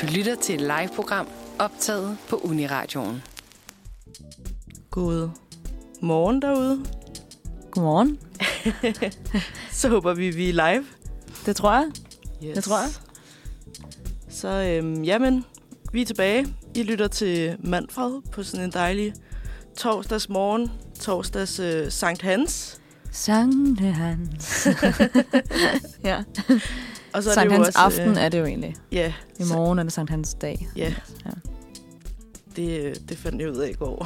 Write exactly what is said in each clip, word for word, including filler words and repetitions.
Du lytter til et live-program optaget på Uniradioen. God morgen derude. Godmorgen. Så håber vi, vi er live. Det tror jeg. Yes. Det tror jeg. Så øhm, jamen, vi er tilbage. I lytter til Manfred på sådan en dejlig torsdagsmorgen. Torsdags øh, Sankt Hans. Sankt Hans. Ja. Og så er Sankt det jo Hans også, aften øh, er det jo egentlig. Ja. I morgen er det Sankt Hans dag. Ja. Ja. Det, det fandt jeg ud af i går.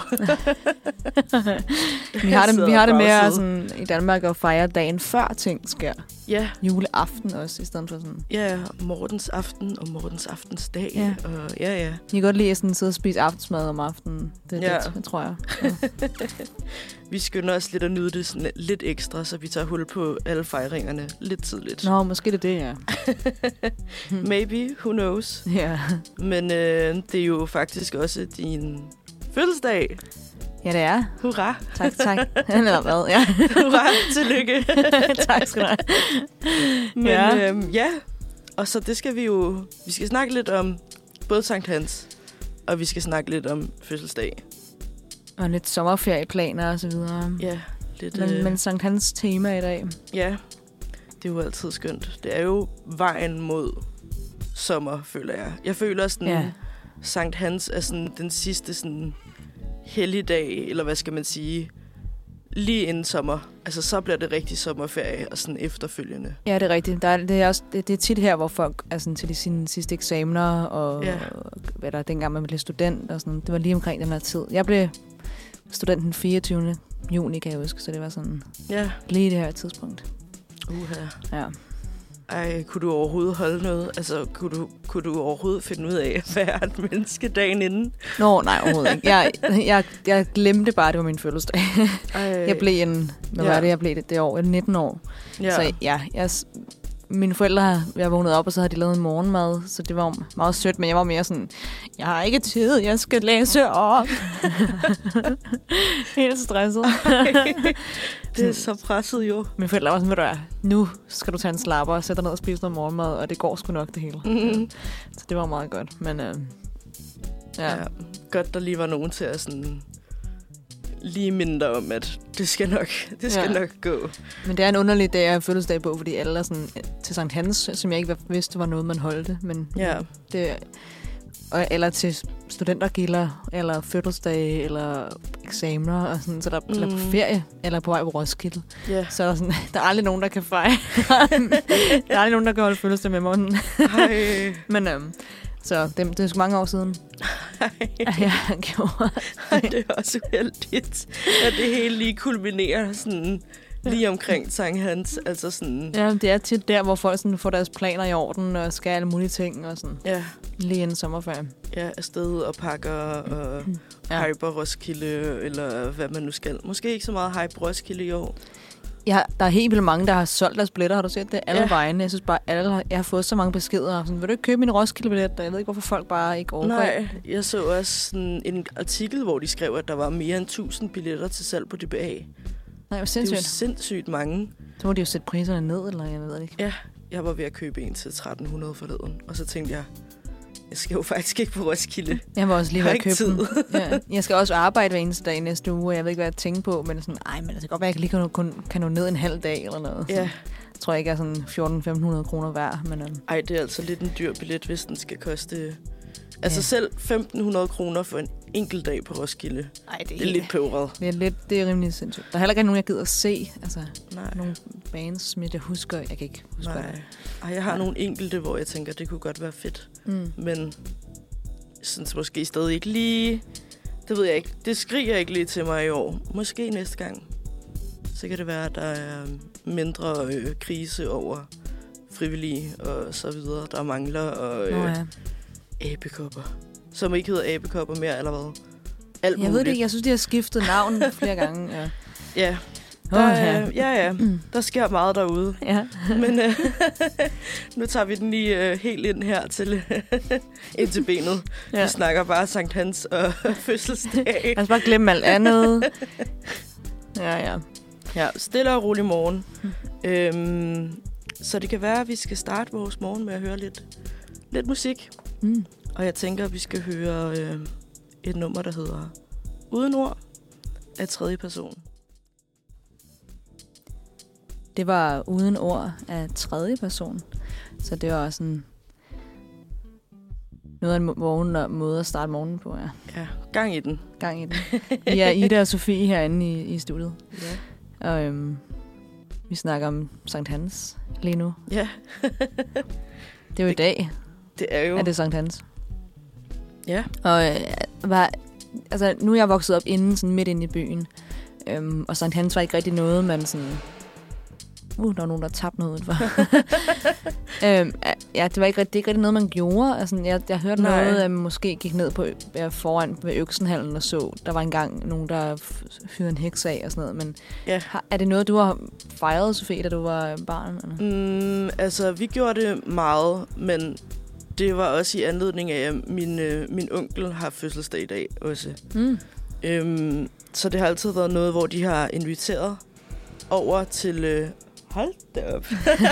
vi har det, vi har det med at, sådan, sådan, i Danmark at fejre dagen før ting sker. Ja. Juleaften også, i stedet for sådan. Ja, Mortens aften og Mortens aftensdag. Ja. Og, ja, ja. Jeg kan godt lide at sådan, sidde og spise aftensmad om aftenen. Det er Ja. det, tror jeg. Ja. Vi skynder os lidt at nyde det sådan lidt ekstra, så vi tager hul på alle fejringerne lidt tidligt. Nå, måske det er det, ja. Maybe, who knows. Ja, Men øh, det er jo faktisk også din fødselsdag. ja det er. Hurra. Tak, tak. Eller hvad, ja. Hurra, tillykke. Tak skal du have. Men Ja. ja. Øhm, ja, og så det skal vi jo... Vi skal snakke lidt om både Sankt Hans, og vi skal snakke lidt om fødselsdag. Og lidt sommerferieplaner og så videre. Ja, lidt... Men, øh, men Sankt Hans tema i dag. Ja, det er jo altid skønt. Det er jo vejen mod sommer, føler jeg. Jeg føler sådan, Ja. Sankt Hans er sådan den sidste sådan helligdag, eller hvad skal man sige, lige inden sommer. Altså, så bliver det rigtig sommerferie, og sådan efterfølgende. Ja, det er rigtigt. Der er, det, er også, det, det er tit her, hvor folk er sådan til de sine sidste eksamener, og, Ja. og hvad der dengang man blev student, og sådan. Det var lige omkring den her tid. Jeg blev student den fireogtyvende juni, kan jeg huske, så det var sådan Ja. lige det her tidspunkt. Uha. Ja. Ej, kunne du overhovedet holde noget? Altså, kunne du, kunne du overhovedet finde ud af at være et menneske dagen inden? Nå, nej, overhovedet ikke. Jeg, jeg, jeg glemte bare, at det var min fødselsdag. Ej. Jeg blev en, hvad Ja. var det, jeg blev det, det år? Jeg er nitten år. Ja. Så ja, jeg, mine forældre, har- jeg vågnede op, og så havde de lavet en morgenmad, så det var meget sødt, men jeg var mere sådan, jeg har ikke tid, jeg skal læse op. Helt stresset. Det er så presset jo. Mine forældre var sådan, ved du hvad, nu skal du tage en slapper og sætte dig ned og spise noget morgenmad, og det går sgu nok det hele. Mm. Så det var meget godt, men øh, ja. Ja. Godt, der lige var nogen til at sådan lige minde dig om, at det skal nok, det skal Ja. nok gå. Men det er en underlig dag at have fødselsdag på, fordi alle er sådan til Sankt Hans, som jeg ikke vidste var noget, man holdte, men Ja. det, og, eller til studentergilder, eller fødselsdage, eller eksamener, og sådan, så der, mm. eller på Mm. ferie, eller på vej på Roskilde. Ja. Så er der, sådan, der er aldrig nogen, der kan fejre. Der er aldrig nogen, der kan holde fødselsdag med mig. Ej. Men øhm, så det, det er sgu mange år siden, Ej. at jeg gjorde. Ej, det er også uheldigt, at det hele lige kulminerer sådan lige omkring Sankt Hans. Altså sådan... Ja, det er tit der, hvor folk sådan får deres planer i orden, og skal alle mulige ting, og sådan Ja, lige inden sommerferie. ja, afsted og pakker og Ja. ja. hyper Roskilde, eller hvad man nu skal. Måske ikke så meget hype Roskilde i år. Ja, der er helt vildt mange, der har solgt deres billetter. Har du set det? Alle Ja. vegne. Jeg synes bare, alle har, jeg har fået så mange beskeder. Sådan, vil du ikke købe min Roskilde-billet? Jeg ved ikke, hvorfor folk bare ikke overgår. Nej, jeg så også sådan en artikel, hvor de skrev, at der var mere end tusind billetter til salg på D B A. Nej, hvor Det er jo sindssygt. sindssygt mange. Så må de jo sætte priserne ned, eller jeg ved det ikke. Ja, jeg var ved at købe en til tretten hundrede forleden, og så tænkte jeg, jeg skal jo faktisk ikke på Roskilde. Jeg var også lige Jeg har ved at ikke købe tid. den. Ja. Jeg skal også arbejde hver eneste dag næste uge, og jeg ved ikke, hvad jeg tænker på. Men sådan, ej, men det kan godt være, at jeg lige kan, kun, kan nå ned en halv dag eller noget. Ja, Jeg tror ikke, jeg er sådan fjorten til femten hundrede kroner værd. Men, øhm, ej, det er altså lidt en dyr billet, hvis den skal koste... Altså Ja. selv femten hundrede kroner for en enkelt dag på Roskilde. ej, det er, Det er lidt pøvret. det er lidt, det er rimelig sindssygt. Der er heller ikke nogen, jeg gider at se. Altså, Nej, nogle bands, som jeg husker. Jeg kan ikke huske, hvad det nej. Ej, jeg har Nej. nogle enkelte, hvor jeg tænker, det kunne godt være fedt. er. Mm. Men jeg synes måske stadig ikke lige... Det ved jeg ikke. Det skriger ikke lige til mig i år. Måske næste gang. Så kan det være, at der er mindre øh, krise over frivillige og så videre. Der mangler og Nå, øh, ja. abekopper. Som ikke hedder abekopper mere, eller hvad? Alt Jeg ved muligt. det ikke. Jeg synes, de har skiftet navn flere gange. Ja. Ja, Åh, der, ja. øh, ja, ja. Mm. Der sker meget derude. Ja. Men øh, nu tager vi den lige øh, helt ind her til ind til benet. Ja. Ja. Vi snakker bare Sankt Hans og fødselsdag. Lad os bare glemme alt andet. Ja, ja. Ja, stille og rolig morgen. Øhm, så det kan være, at vi skal starte vores morgen med at høre lidt, lidt musik. Mm. Og jeg tænker, at vi skal høre øh, et nummer, der hedder Uden ord af tredje person. Det var Uden ord af tredje person. Så det var sådan noget af en morgen, måde at starte morgenen på, ja. Ja, gang i den. Gang i den. Vi er Ida og Sofie herinde i, i studiet. Ja. Og øhm, vi snakker om Sankt Hans lige nu. Ja. Det er jo i dag, Det er jo... at det er Sankt Hans. Ja. Og øh, var, altså, nu er jeg vokset op inden, sådan midt inde i byen. Øhm, og Sankt Hans var ikke rigtig noget, man sådan... Uh, der var nogen, der tabte noget udenfor. øhm, ja, det var ikke, det er ikke rigtig noget, man gjorde. Altså, jeg, jeg hørte Nej. noget, at man måske gik ned på øh, foran ved Øksenhallen og så. Der var engang nogen, der fyrede en heks af og sådan noget. Men Ja. har, er det noget, du har fejret, Sofie, da du var barn? Eller? Mm, altså, vi gjorde det meget, men det var også i anledning af, at min, øh, min onkel har fødselsdag i dag også. Mm. Øhm, så det har altid været noget, hvor de har inviteret over til... Øh, hold da op.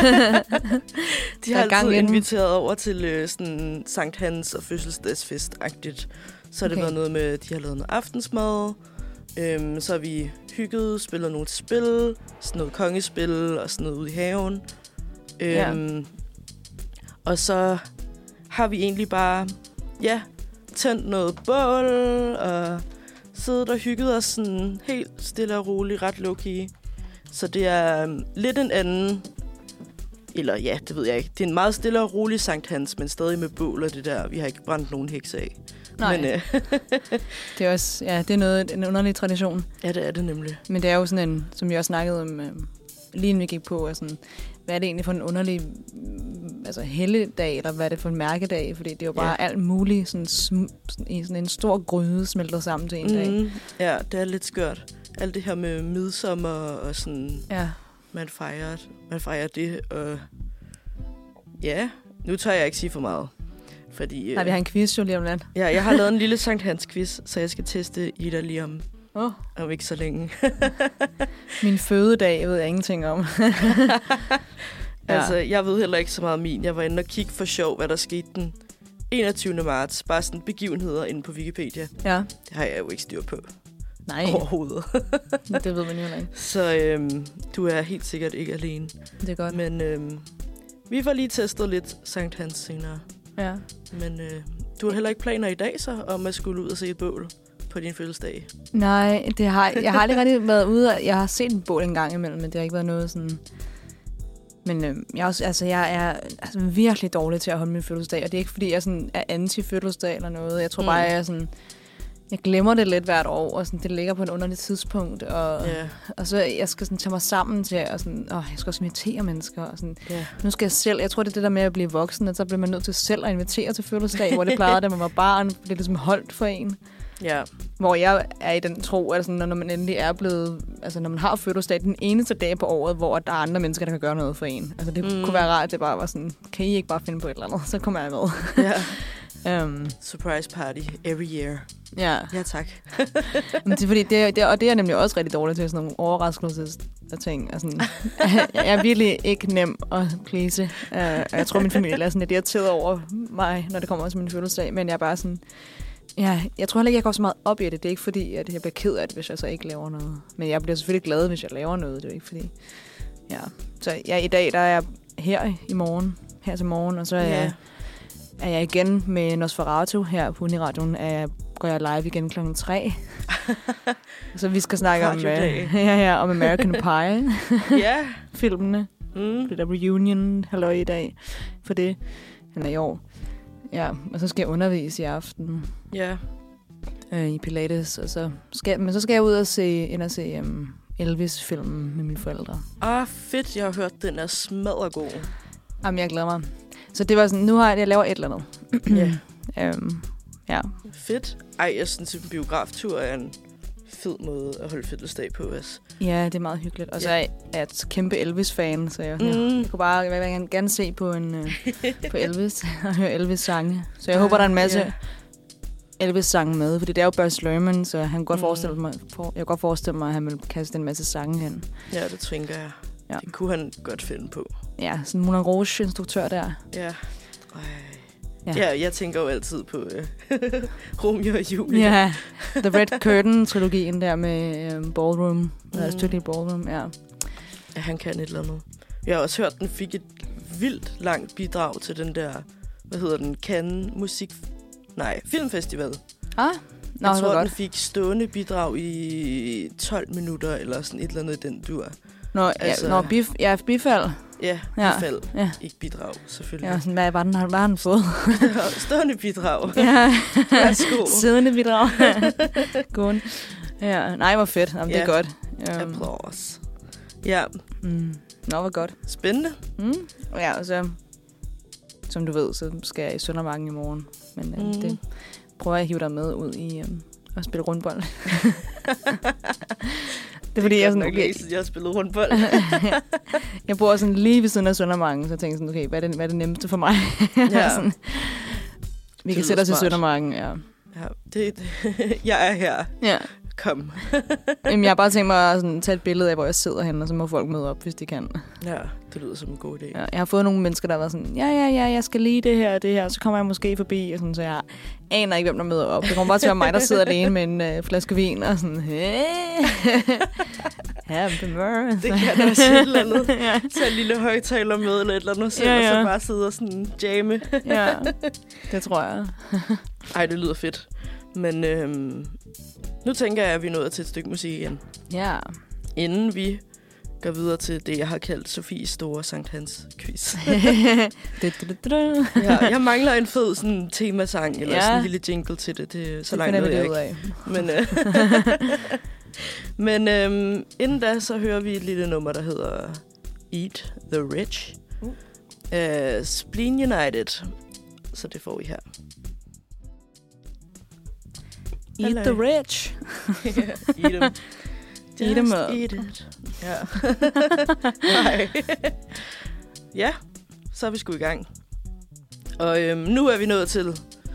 De har altid inviteret over til øh, sådan Sankt Hans og fødselsdagsfest-agtigt. Så har det Okay. været noget med, at de har lavet noget aftensmad. Øhm, så har vi hygget, spillet nogle spil, sådan noget kongespil og sådan noget ude i haven. Øhm, Ja. Og så har vi egentlig bare, ja, tændt noget bål og siddet og hygget os sådan helt stille og roligt, ret low-key. Så det er um, lidt en anden, eller ja, det ved jeg ikke. Det er en meget stille og rolig Sankt Hans, men stadig med bål og det der. Vi har ikke brændt nogen heks af. Nej, Men, øh, det er også ja, det er noget, en underlig tradition. ja, det er det nemlig. Men det er jo sådan en, som vi også snakkede om, øh, lige inden vi gik på, er sådan, hvad er det egentlig for en underlig mm, altså helligdag, eller hvad er det for en mærkedag? Fordi det er jo bare Ja. alt muligt sådan, sm- sådan, i sådan en stor gryde smelter sammen til en dag. Mm, ja, det er lidt skørt. Alt det her med midsommer og sådan, Ja. man fejrer, man fejrer det. Og ja, nu tør jeg ikke sige for meget. Fordi Nej, vi har en quiz jo lige om lidt. ja, jeg har lavet en lille Sankt Hans quiz, så jeg skal teste Ida lige om, Oh. om ikke så længe. Min fødedag ved jeg ingenting om. Ja. Ja. Altså, jeg ved heller ikke så meget om min. Jeg var inde og kigge for sjov, hvad der skete den enogtyvende marts. Bare sådan begivenheder inde på Wikipedia. Ja. Det har jeg jo ikke styr på Nej, overhovedet. det ved man jo heller ikke. Så øhm, du er helt sikkert ikke alene. Det er godt. Men øhm, vi får lige testet lidt Sankt Hans senere. Ja. Men øh, du har heller ikke planer i dag så, om at skulle ud og se et bål på din fødselsdag? Nej, det har, jeg har aldrig rigtig været ude. Jeg har set en bål en gang imellem, men det har ikke været noget sådan... Men øh, jeg, er også, altså, jeg er altså, virkelig dårlig til at holde min fødselsdag, og det er ikke, fordi jeg sådan, er anti-fødselsdag eller noget. Jeg tror Mm. bare, jeg er sådan... Jeg glemmer det lidt hvert år, og sådan, det ligger på et underligt tidspunkt. Og, Ja. og så jeg skal sådan, tage mig sammen til, at sådan, åh, jeg skal også invitere mennesker. Og sådan, Ja. nu skal jeg selv... Jeg tror, det er det der med at blive voksen, at så bliver man nødt til selv at invitere til fødselsdag, hvor det plejede, da man var barn. Det er ligesom holdt for en. Ja. Hvor jeg er i den tro, at sådan, når man endelig er blevet... Altså, når man har fødselsdag, den eneste dag på året, hvor der er andre mennesker, der kan gøre noget for en. Altså, det Mm. kunne være rart, at det bare var sådan, kan I ikke bare finde på et eller andet? Så kommer jeg med. Ja. um, Surprise party every year. ja, Ja, tak. men det er fordi, det, er- det, er- og det er nemlig også rigtig dårligt til sådan nogle overraskelses og ting. Altså, jeg er virkelig ikke nem at please. Uh, og jeg tror, min familie er sådan lidt irriteret over mig, når det kommer til min fødselsdag. Men jeg er bare sådan... Ja, jeg tror heller ikke, jeg går så meget op i det. Det er ikke fordi, at jeg bliver ked af det, hvis jeg så ikke laver noget. Men jeg bliver selvfølgelig glad, hvis jeg laver noget. Det er jo ikke fordi... Ja. Så ja, i dag der er jeg her i morgen, her til morgen, og så er, Ja. jeg, er jeg igen med Nosferatu her på Uniradioen. Er jeg, går jeg live igen klokken tre. Så vi skal snakke om, Radiodag. uh, ja, ja, om American Pie-filmene. Ja. Mm. Det der reunion, halløj i dag, for det. Eller i år. Ja, og så skal jeg undervise i aften. Ja. Øh, i Pilates, og så skal, men så skal jeg ud og se, ind og se um, Elvis-filmen med mine forældre. Ah, fedt. Jeg har hørt, den er smaddergod. Jamen, jeg glæder mig. Så det var sådan, nu har jeg, jeg laver et eller andet. Ja. um, ja. Fedt. Ej, jeg synes, en biograftur er en fed måde at holde fødselsdag på os. Ja, det er meget hyggeligt. Og så Ja. er jeg et kæmpe Elvis-fan, så jeg, Mm. mm. jeg kunne bare jeg vil gerne, gerne se på, en, uh, på Elvis og høre Elvis-sange. Så jeg håber, der er en masse Ja. Elvis-sange med, fordi det er jo Buzz Lerman, så han kunne godt Mm. forestille mig, for, jeg kan godt forestille mig, at han vil kaste en masse sange hen. Ja, det tænker jeg. Ja. Det kunne han godt finde på. Ja, sådan en Moulin Rouge-instruktør der. Ja. Ej. Ja. ja, jeg tænker jo altid på øh, Romeo og Julie. Ja, The Red Curtain-trilogien der med øh, Ballroom. Mm. Der er Strictly Ballroom, ja. Ja, han kan et eller andet. Jeg har også hørt, den fik et vildt langt bidrag til den der, hvad hedder den, Cannes Musik... Nej, Filmfestival. Ah, Nå, jeg tror, den godt. fik stående bidrag i tolv minutter, eller sådan et eller andet i den dur. Nå, altså, ja, nå bif, ja, bifald. Ja, ja. bifald. Ja. Ikke bidrag, selvfølgelig. Ja, sådan, hvad var den, hvad har den fået? Stående bidrag. Ja. Værsgo. Siddende bidrag. Gående. Ja, nej, hvor fedt. Jamen, ja. Det er godt. Um, Applaus. Ja. Mm. Nå, hvor godt. Spændende. Mm. Ja, og så, som du ved, så skal jeg i Søndermarken i morgen. Men mm. det prøver jeg at hive dig med ud i um, at spille rundbold. Det er fordi, jeg, sådan, okay, jeg har spillet rundbold. Jeg bor sådan lige ved siden af Søndermarken, så jeg tænker sådan, okay, hvad er det, hvad er det nemmeste for mig? Ja. Sådan, vi kan sætte os i Søndermarken, ja. Ja, det, det, jeg er her. Ja. Kom. Jamen, jeg har bare tænkt mig at sådan, tage et billede af, hvor jeg sidder henne, og så må folk møde op, hvis de kan. Ja, det lyder som en god idé. Ja, jeg har fået nogle mennesker, der har været sådan, ja, ja, ja, jeg skal lige det her og det her, så kommer jeg måske forbi, og sådan, så jeg aner ikke, hvem der møder op. Det kommer bare til at være mig, der sidder alene med en øh, flaske vin, og sådan, happy birthday. Det kan da også et eller andet. Ja. Tag en lille højtaler med, eller et eller andet selv, ja, ja. Og så bare sidde og sådan jamme. Ja, det tror jeg. Ej, det lyder fedt. Men øhm, nu tænker jeg, at vi er nået til et stykke musik igen. Ja. Inden vi går videre til det, jeg har kaldt Sofies store Sankt Hans quiz. Ja, jeg mangler en fed sådan, temasang, eller ja. Sådan en lille jingle til det. Det så det langt ved jeg ikke. Af. Men, øh, men øhm, inden da, så hører vi et lille nummer, der hedder Eat the Rich. Uh. Uh, Spleen United. Så det får vi her. Eat Hello. The rich. Yeah, eat them. Just eat them up. Eat it. Ja. Nej. Ja, så er vi sgu i gang. Og øhm, nu er vi nået til...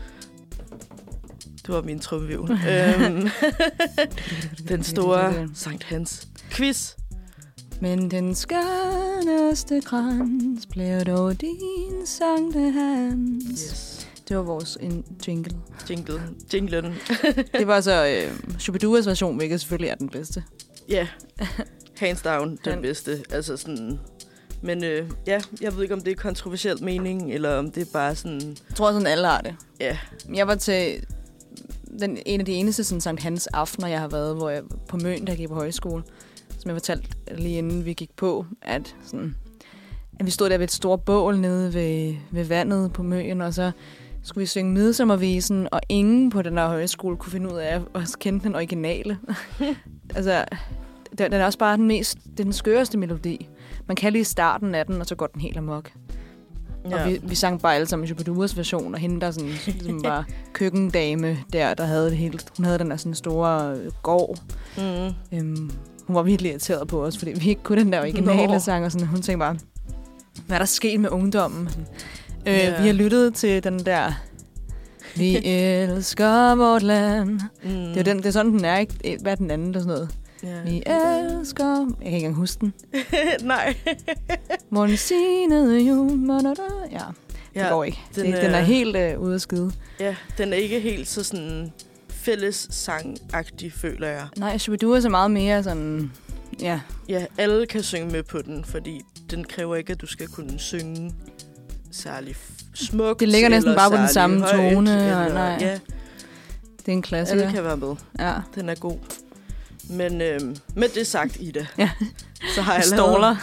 Det var min trummevirvel. øhm, den store Sankt Hans quiz. Men den skønneste krans blev dog din Sankt Hans. Yes. Det var vores en jingle. Jingle. Jinglen. Det var så øh, Shubiduas version, hvilket selvfølgelig er den bedste. Ja, yeah. Hands down den Han. bedste. Altså sådan... Men øh, ja, jeg ved ikke, om det er kontroversielt mening, eller om det er bare sådan... Jeg tror sådan, alle har det. Ja. Yeah. Jeg var til den, en af de eneste sådan, Sankt Hans aftener, jeg har været, hvor jeg på Møn, der gik på højskole, som jeg fortalte lige inden vi gik på, at, sådan, at vi stod der ved et stort bål nede ved, ved vandet på Møn, og så skulle vi synge Midsommervisen, og ingen på den der højskole kunne finde ud af at kende den originale. Altså, den er også bare den mest, den skøreste melodi. Man kan lige starten af den, og så går den helt amok. Ja. Og vi, vi sang bare alle sammen Shubiduas version, og hende der sådan, som var køkkendame der, der havde det helt, hun havde den der sådan store gård. Mm. Øhm, hun var virkelig irriteret på os, fordi vi ikke kunne den der originale Nå. sang, og sådan, hun tænkte bare, hvad er der sket med ungdommen? Øh, yeah. Vi har lyttet til den der Vi elsker vort land. Mm. Det, er den, det er sådan, den er, ikke? Hvad er den anden, der sådan noget? Yeah. Vi elsker... Jeg kan ikke engang huske den. Nej. Morgensinede jul. Ja, det ja, går ikke. Den, det, den er helt øh, ude at skide. Ja, den er ikke helt så sådan fælles sang-agtig, føler jeg. Nej, Shubidua er så meget mere sådan... Ja. Ja, alle kan synge med på den, fordi den kræver ikke, at du skal kunne synge særlig smukt. Det ligger næsten bare på den samme højt, tone. Eller, og, nej. Ja. Det er en klassiker. Alle kan være med. Ja. Den er god. Men øh, med det sagt, Ida, ja. så har jeg Ståler.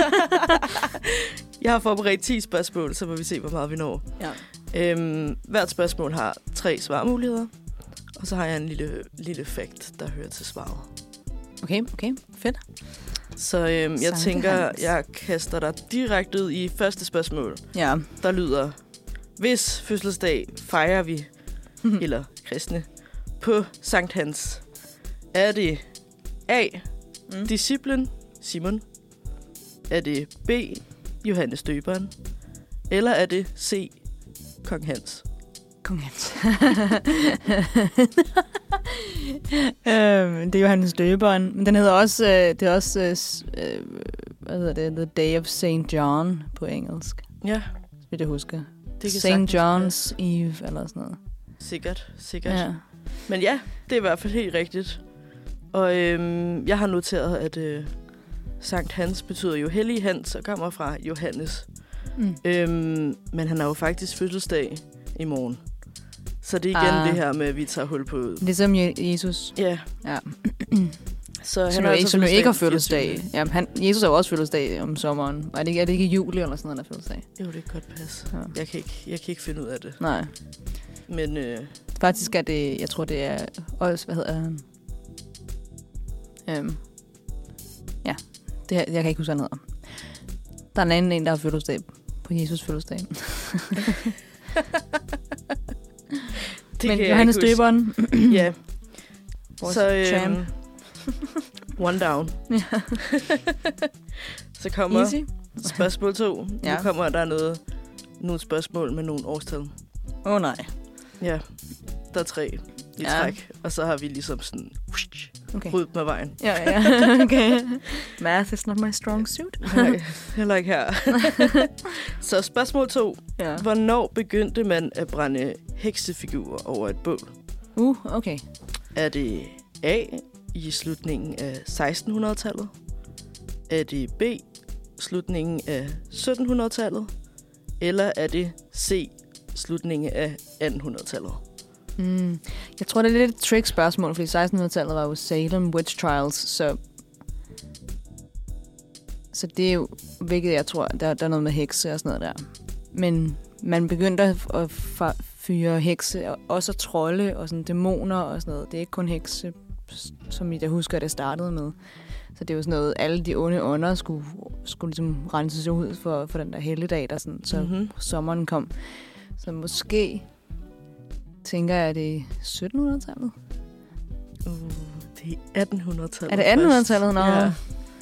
Jeg har forberedt ti spørgsmål, så må vi se, hvor meget vi når. Ja. Øhm, hvert spørgsmål har tre svarmuligheder, og så har jeg en lille, lille fact, der hører til svaret. Okay, okay. Fedt. Så øhm, jeg tænker, Hans. jeg kaster dig direkte ud i første spørgsmål. Ja. Der lyder, hvis fødselsdag fejrer vi, eller kristne, på Sankt Hans, er det A. Mm. Disciplen Simon? Er det B. Johannes Døberen? Eller er det C. Kong Hans? Kong Hans. øhm, det er Johannes Døberen. Men den hedder også, øh, det er også øh, hvad hedder det, The Day of Saint John på engelsk. Ja. Vil jeg huske. Det kan Saint John's Eve eller sådan noget. Sikkert, sikkert. Ja. Men ja, det er i hvert fald helt rigtigt. Og øhm, jeg har noteret, at øh, Sankt Hans betyder jo hellig Hans og kommer fra Johannes. Mm. Øhm, men han har jo faktisk fødselsdag i morgen. Så det er igen Ah. det her med, at vi tager hul på... Ligesom Je- Jesus. Ja. Ja. Så han Som har jo, altså som jo ikke har fødselsdag fødselsdag. Jamen, han, Jesus har jo også fødselsdag om sommeren. Er det ikke, er det ikke i juli eller sådan noget, der er fødselsdag? Jo, det kan godt passe. Ja. Jeg, kan ikke, jeg kan ikke finde ud af det. Nej. Men øh, Faktisk er det, jeg tror det er også, hvad hedder han? Øhm, ja, det, her- jeg kan ikke huske, hvad han hedder. Der er en anden en, der har fødselsdag på Jesus fødselsdag. det Men kan Johannes jeg ikke huske. Døberen, Ja. vores Så øhm, champ. one down. Ja. Så kommer Easy. spørgsmål to. Ja. Nu kommer der noget, nogle spørgsmål med nogle årstal. Åh oh, nej. Ja, der er tre i Ja. træk. Og så har vi ligesom sådan Okay. ryddet med vejen. Ja, ja. Okay. Math is not my strong suit. Nej, heller ikke her. Så spørgsmål to. Ja. Hvornår begyndte man at brænde heksefigurer over et bål? Uh, okay. Er det A i slutningen af sekstenhundredetallet? Er det B slutningen af syttenhundredetallet? Eller er det C slutningen af attenhundredetallet? Mm. Jeg tror, det er lidt et trick-spørgsmål, fordi sekstenhundredetallet var jo Salem Witch Trials, så... Så det er jo, hvilket jeg tror, der, der er noget med hekse og sådan noget der. Men man begyndte at f- fyre hekse, og også trolde og sådan dæmoner og sådan noget. Det er ikke kun hekse, som jeg husker, det startede med. Så det er jo sådan noget, alle de onde ånder skulle, skulle ligesom renses ud for, for den der helligdag, der sådan, så Mhm. sommeren kom. Så måske tænker jeg, at det er syttenhundredetallet. Uh, det er attenhundredetallet. Er det attenhundredetallet? Nå. Ja.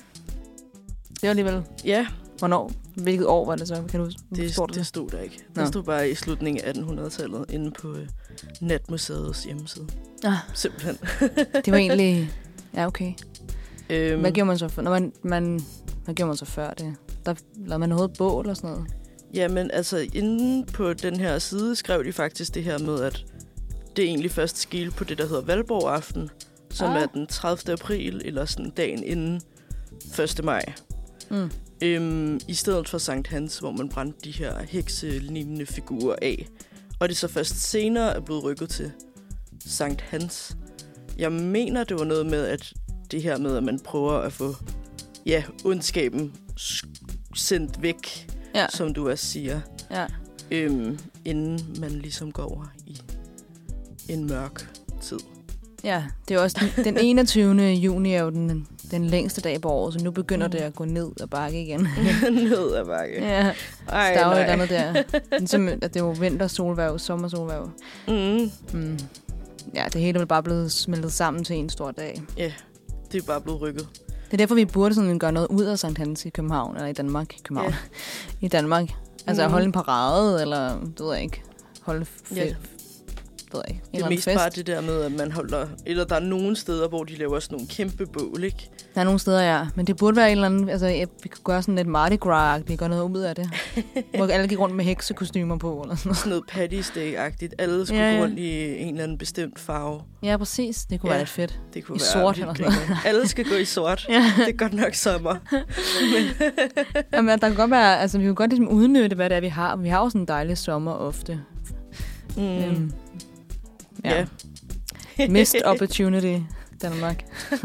Det var alligevel... Ja, Hvornår? Hvilket år var det så? Kan du huske? det, Forstår du det stod der ikke. Nå. Det stod bare i slutningen af attenhundredetallet inde på uh, Natmuseets hjemmeside. Ah, Simpelthen. det var egentlig... Ja, okay. øhm, Hvad gjorde man så, for, når man, man, hvad gjorde man så før det? Der lavede man noget bål og sådan noget? Jamen, altså, inde på den her side skrev de faktisk det her med, at det egentlig først skete på det, der hedder Valborg Aften, som Ah. er den tredivte april, eller sådan dagen inden første maj. Mm. Øhm, I stedet for Sankt Hans, hvor man brændte de her hekselignende figurer af. Og det så først senere er blevet rykket til Sankt Hans. Jeg mener, det var noget med, at det her med, at man prøver at få ja, ondskaben sk- sendt væk, Ja, som du også siger, ja. øhm, inden man ligesom går over i en mørk tid. Ja, det er også den, den enogtyvende juni er jo den, den længste dag på året, så nu begynder Mm. det at gå ned og bakke igen. Ned ad bakke. Ja, Ej, der er jo et nej. andet der. Ligesom, at det er jo vintersolværv, sommersolværv. Mm. Mm. Ja, det hele er vel bare blevet smeltet sammen til en stor dag. Ja, det er bare blevet rykket. Det er derfor, vi burde sådan gøre noget ud af Sankt Hans i København, eller i Danmark. København. Ja. I Danmark. Altså at Mhm. holde en parade, eller det ved jeg ikke. Holde f- Ja. ved jeg ikke. En Det eller er anden mest fest. bare det der med, at man holder... Eller der er nogle steder, hvor de laver sådan nogle kæmpe bål, ikke? Der er nogle steder, ja. Men det burde være en eller anden... Altså, jeg, vi kunne gøre sådan lidt Mardi Gras, vi gør noget ud af det. Hvor alle gik rundt med heksekostymer på, eller sådan noget. Sådan noget Paddy's Day-agtigt. Alle skulle Ja, ja, ja. gå rundt i en eller anden bestemt farve. Ja, præcis. Det kunne Ja. være lidt fedt. Det kunne I være sort vildt eller sådan grineren. Alle skal gå i sort. Ja. Det er godt nok sommer. Jamen, der kan godt være... Altså, vi kan godt ligesom udnytte, hvad det er, vi har. Vi har jo sådan en dejlig sommer ofte. Mm. Øhm, ja. ja. Missed opportunity, Danmark.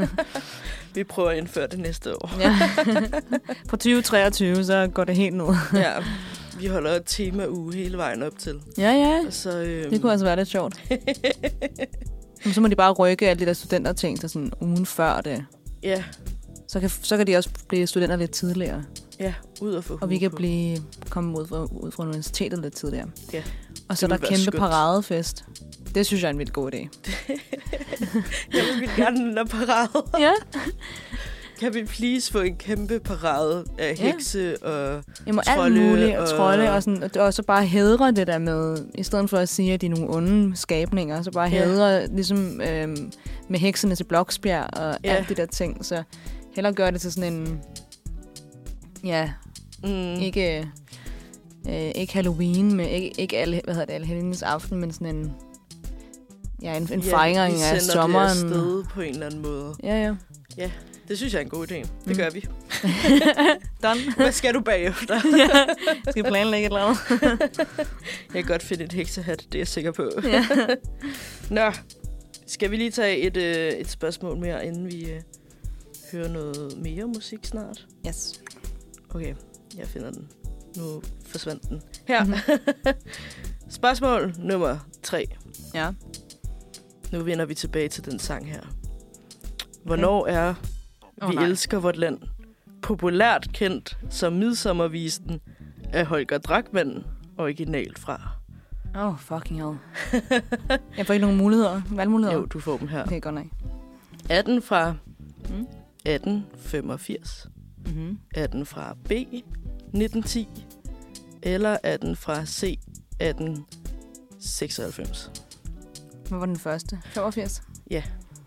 Vi prøver at indføre det næste år. Ja. Fra tyve treogtyve, så går det helt ned. Ja, vi holder et tema-uge hele vejen op til. Ja, ja. Og så, øhm, Det kunne altså være lidt sjovt. Men så må de bare rykke alle de der studenterting til sådan ugen før det. Ja, Så kan, så kan de også blive studenter lidt tidligere. ja, ud og få Og vi hue kan på. blive, komme ud fra, ud fra universitetet lidt tidligere. Ja, Og så er det der ville være kæmpe skønt. paradefest. Det synes jeg er en vildt god idé. Jeg vil gerne have parade. Ja. Kan vi please få en kæmpe parade af Ja. hekse og... Jeg må alt Trolde muligt og og- trolde, og, sådan, og så bare hædre det der med, i stedet for at sige, at de er nogle onde skabninger, så bare Ja. hædre ligesom øhm, med heksene til Bloksbjerg og Ja. alt det der ting. Så hellere gøre det til sådan en, ja, Mm, ikke Øh, ikke Halloween, men ikke, ikke alle, hvad hedder det, alle helgens aften, men sådan en, ja, en, en ja, fejring af sommeren. Vi sender det afsted på en eller anden måde. Ja, ja. Ja, det synes jeg er en god idé. Det mm. gør vi. Done. Hvad skal du bagefter? Ja, skal vi planlægge et eller andet? Jeg kan godt finde et heksehat, det er jeg sikker på. Ja. Nå, skal vi lige tage et, øh, et spørgsmål mere, inden vi øh, hører noget mere musik snart? Yes. Okay, jeg finder den. Nu forsvandt den. Her. Mm-hmm. Spørgsmål nummer tre. Ja. Nu vender vi tilbage til den sang her. Hvornår okay. er Vi oh, elsker vort land populært kendt som Midsommervisen af Holger Drachmann, originalt fra? Oh, fucking hell. Jeg får ikke nogen muligheder, valgmuligheder. Jo, du får dem her. Det er godt nok. Er den fra Mm. atten femogfirs? Mm-hmm. Er den fra B nitten ti? Eller er den fra C atten seksoghalvfems? Hvad var den første? femogfirs? Ja.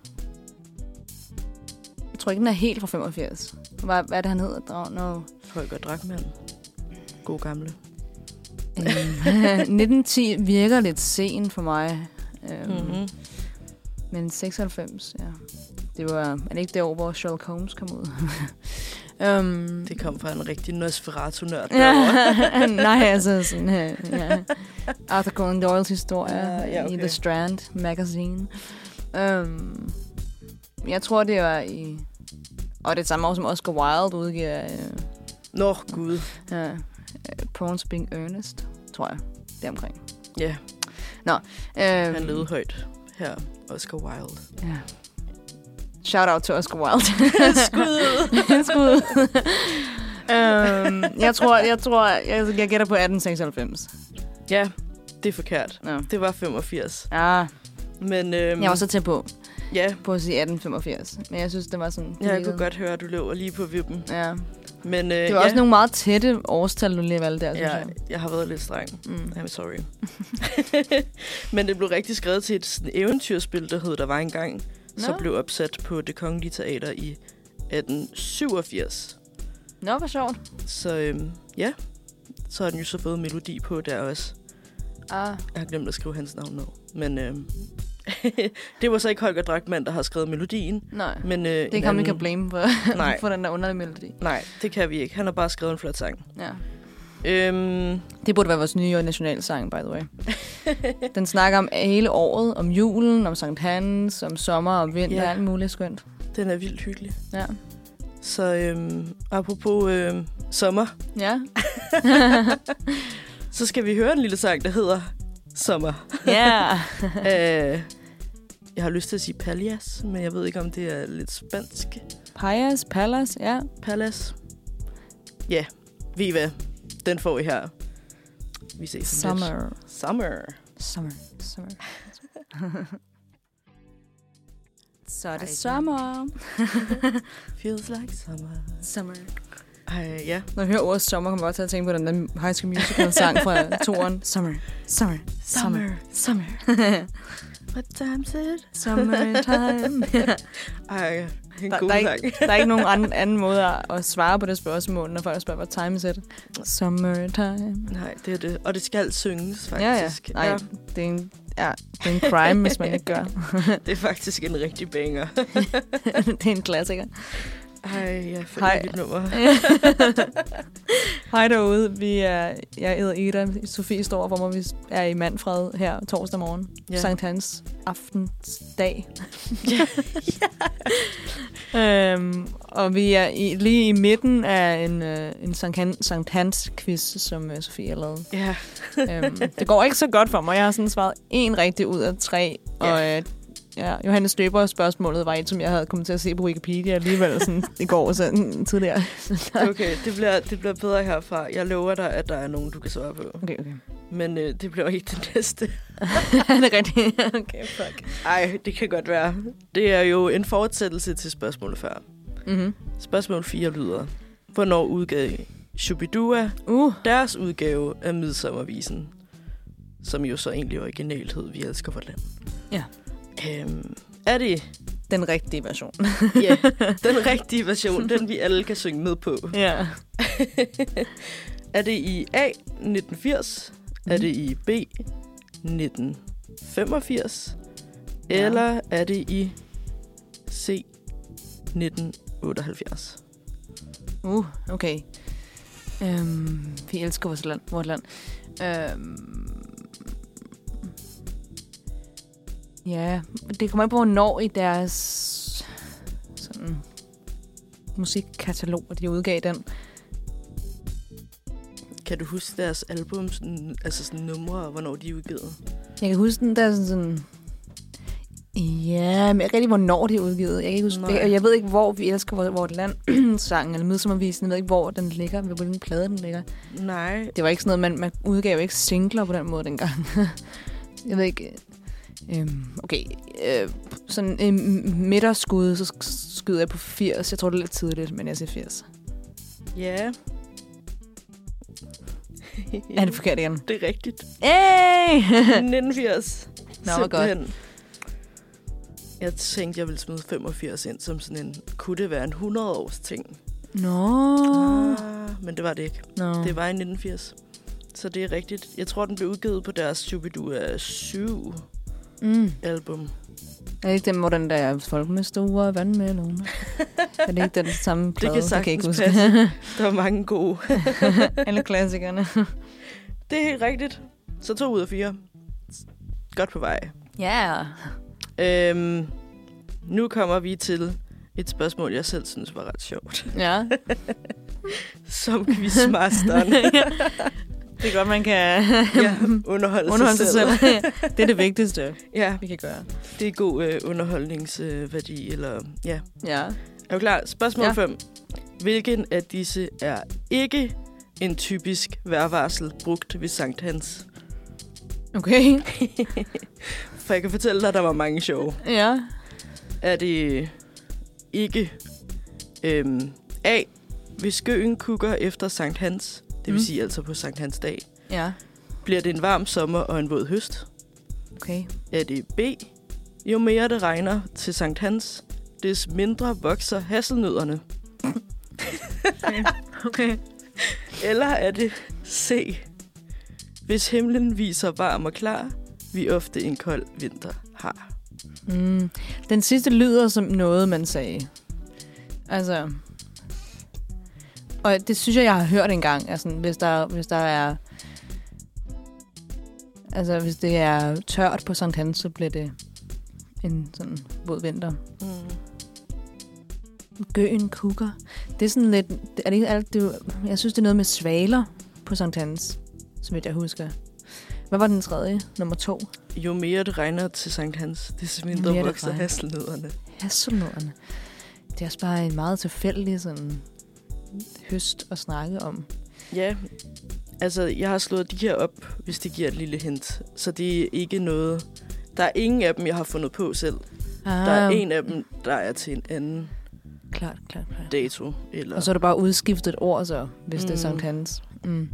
Jeg tror ikke, den er helt fra femogfirs. Hvad, hvad er det, han hedder? Drag? No. Holger Drachmann. God gamle. Um, nitten ti virker lidt sent for mig. Um, Mm-hmm. Men seksoghalvfems, ja. Det var, er det ikke det år, hvor Sherlock Holmes kom ud? um, Det kom fra en rigtig Nosferatu-nørd. ja, nej, altså sådan her. Ja. Arthur Conan Doyles historie ja, ja, okay. i The Strand Magazine. Um, jeg tror, det var i... Og det er samme år, som Oscar Wilde udgiver... Uh, Nå, gud. uh, uh, Prawns Being Earnest, tror jeg. Det omkring. Ja. Nå. Um, Han levede højt her, Oscar Wilde. Ja. Shout out til Oscar Wilde. Skud! Skud! um, jeg tror, jeg tror, jeg, jeg gætter på atten seksoghalvfems. Ja, det er forkert. Ja. Det var femogfirs. Ah, Men, øhm, jeg var så tæt på, ja, på at sige atten femogfirs. Men jeg synes, det var sådan... jeg kunne godt høre, at du løber lige på vippen. Ja. Men, øh, Det var ja, også nogle meget tætte årstal, du lige valgte der, synes ja, jeg. jeg har været lidt streng. Mm. I'm sorry. Men det blev rigtig skrevet til et sådan eventyrspil, der hed Der var engang, så Nå. blev opsat på Det Kongelige Teater i atten syvogfirs. Nå, hvor sjovt. Så øhm, ja, så har den jo så fået melodi på der også. Ah. Jeg har glemt at skrive hans navn ned. Men øhm, det var så ikke Holger Drachmann, der har skrevet melodien. Nej, Men, øh, det kan man anden... ikke have blame for, Nej. for den der underlige melodi. Nej, det kan vi ikke. Han har bare skrevet en flot sang. Ja. Øhm, Det burde være vores nye nationalsang, by the way. Den snakker om hele året, om julen, om Sankt Hans, om sommer, om vinter, Ja. alt muligt skønt. den er vildt hyggelig. Ja. Så øhm, apropos øhm, sommer, Ja. så skal vi høre en lille sang, der hedder Sommer. Ja. øh, jeg har lyst til at sige Pallas, men jeg ved ikke, om det er lidt spansk. Payas, Palace, ja. Pallas. Ja, ved I hvad? Den får I her. Vi ses om lidt. Summer. Summer. Summer. Summer. Så er det Ej, sommer. Feels like summer. Summer. Ej, ja. Når jeg hører ordet sommer, kommer jeg bare til at tænke på den der High School Musical-sang fra toeren. Summer. Summer. Summer. Summer. What time's it? Summertime. Ej, en Der, god der, er sang. ikke, der er ikke nogen anden, anden måde at, at svare på det spørgsmål, når folk spørger, hvad time is it? Summertime. Nej, det er det. Og det skal synges, Ja, ja. faktisk. Nej, ja. Det er en, ja, det er en crime, hvis man ikke gør. Det er faktisk en rigtig banger. Det er en klassiker. Ej, jeg finder Hej. mit nummer. Hej derude. Vi er, jeg hedder Ida. Sofie står for mig. Vi er i Manfred her torsdag morgen. Ja. Sankt Hans aftensdag. Ja. øhm, og vi er i, lige i midten af en, øh, en Sankt, Han, Sankt Hans-quiz, som øh, Sofie har lavet. Ja. øhm, det går ikke så godt for mig. Jeg har sådan svaret en rigtig ud af tre. Ja. Og øh, ja, Johannes Løber spørgsmålet var et, som jeg havde kommet til at se på Wikipedia alligevel sådan, i går sådan, tidligere. Okay, det bliver, det bliver bedre herfra. Jeg lover dig, at der er nogen, du kan svare på. Okay, okay. Men øh, det bliver ikke det næste. Er det rigtigt? Okay, fuck. Ej, det kan godt være. Det er jo en fortsættelse til spørgsmålet før. Mm-hmm. Spørgsmål fire lyder. Hvornår udgav Shubidua Uh. deres udgave af Midsommervisen? Som jo så egentlig originalt hed Vi elsker vort land. Ja. Øhm, er det Den rigtige version. ja, den rigtige version, den vi alle kan synge med på? Ja. Er det i A, nitten firs? Mm. Er det i B, nitten femogfirs? Ja. Eller er det i C, nitten otteoghalvfjerds? Uh, okay. Øhm, vi elsker vores land. Vores land. Øhm, ja, det kommer an på, hvornår i deres sådan, musikkatalog, at de udgav den. Kan du huske deres album, sådan, altså sådan numre, og hvornår de er udgivet? Jeg kan huske den der sådan... sådan ja, men ikke rigtig, hvornår de er udgivet. Jeg, kan ikke huske, jeg, jeg ved ikke, hvor vi elsker vores, vores land sangen eller Midsommervisen. Jeg ved ikke, hvor den ligger, hvilken plade den ligger. Nej. Det var ikke sådan noget, man, man udgav ikke singler på den måde dengang. Jeg ved ikke... Øhm, okay, øh, sådan en øh, midterskud, så skyder jeg på firs. Jeg tror, det er lidt tidligt, men jeg siger firs. Ja. Er det forkert igen? Det er rigtigt. Hey! nitten firs. Nå, hvor godt. Jeg tænkte, jeg ville smide femogfirs ind som sådan en... Kunne det være en hundrede års ting? Nå. Ah, men det var det ikke. Nå. Det var i nitten firs. Så det er rigtigt. Jeg tror, den blev udgivet på deres Shubidua syv mm. album. Er det ikke den, hvor den der er folk med store vandmeloner? Er det ikke den samme plade? Det kan sagtens okay, passe. Der var mange gode. Alle klassikerne. Det er helt rigtigt. Så to ud af fire. Godt på vej. Ja. Yeah. Øhm, nu kommer vi til et spørgsmål, jeg selv synes var ret sjovt. Ja. Som quizmasteren. Det er godt, man kan ja, underholde, underholde sig, sig selv. selv. Det er det vigtigste, ja. vi kan gøre. Det er god øh, underholdningsværdi. Øh, eller, ja. Ja. Er du klar? Spørgsmål fem. Ja. Hvilken af disse er ikke en typisk vejrvarsel brugt ved Sankt Hans? Okay. For jeg kan fortælle dig, at der var mange sjove. Ja. Er det ikke øhm, A. Hvis skøen kukker efter Sankt Hans, det vil mm. sige altså på Sankt Hans dag, ja. bliver det en varm sommer og en våd høst? Okay. Er det B. Jo mere det regner til Sankt Hans, des mindre vokser hasselnødderne? Okay. Eller er det C. Hvis himlen viser varm og klar, vi ofte en kold vinter har. Mm. Den sidste lyder som noget, man sagde. Altså... Og det synes jeg, jeg har hørt engang. Altså, hvis der, hvis der er... Altså, hvis det er tørt på Sankt Hans, så bliver det en sådan våd vinter. Mm. Gøen kukker. Det er sådan lidt... Er det ikke alt, det, jeg synes, det er noget med svaler på Sankt Hans, så vidt jeg husker. Hvad var den tredje? Nummer to? Jo mere det regner til Sankt Hans, det mindre vokser hasselnødderne. Hasselnødderne. Det er også bare en meget tilfældig sådan... høst at snakke om. Ja, altså jeg har slået de her op, hvis det giver et lille hint. Så det er ikke noget... Der er ingen af dem, jeg har fundet på selv. Ah. Der er en af dem, der er til en anden klart, klart, klart. dato. Eller... Og så er det bare udskiftet et ord, så, hvis mm. det er Sankt Hans. Mm.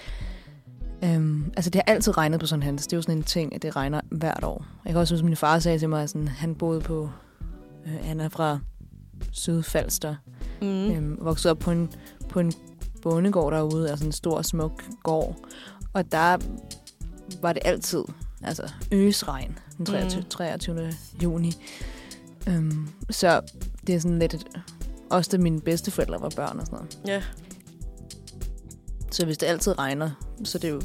Um, altså det har altid regnet på Sankt Hans. Det er jo sådan en ting, at det regner hvert år. Jeg kan også huske, at min far sagde til mig, at han boede på... Øh, han er fra Sydfalster. Mm. Øhm, voksede op på en, på en bondegård derude, altså en stor, smuk gård. Og der var det altid altså øsregn den treogtyvende, treogtyvende juni. Øhm, så det er sådan lidt... Et, også da mine bedsteforældre var børn og sådan noget. Ja. Så hvis det altid regner, så det er jo...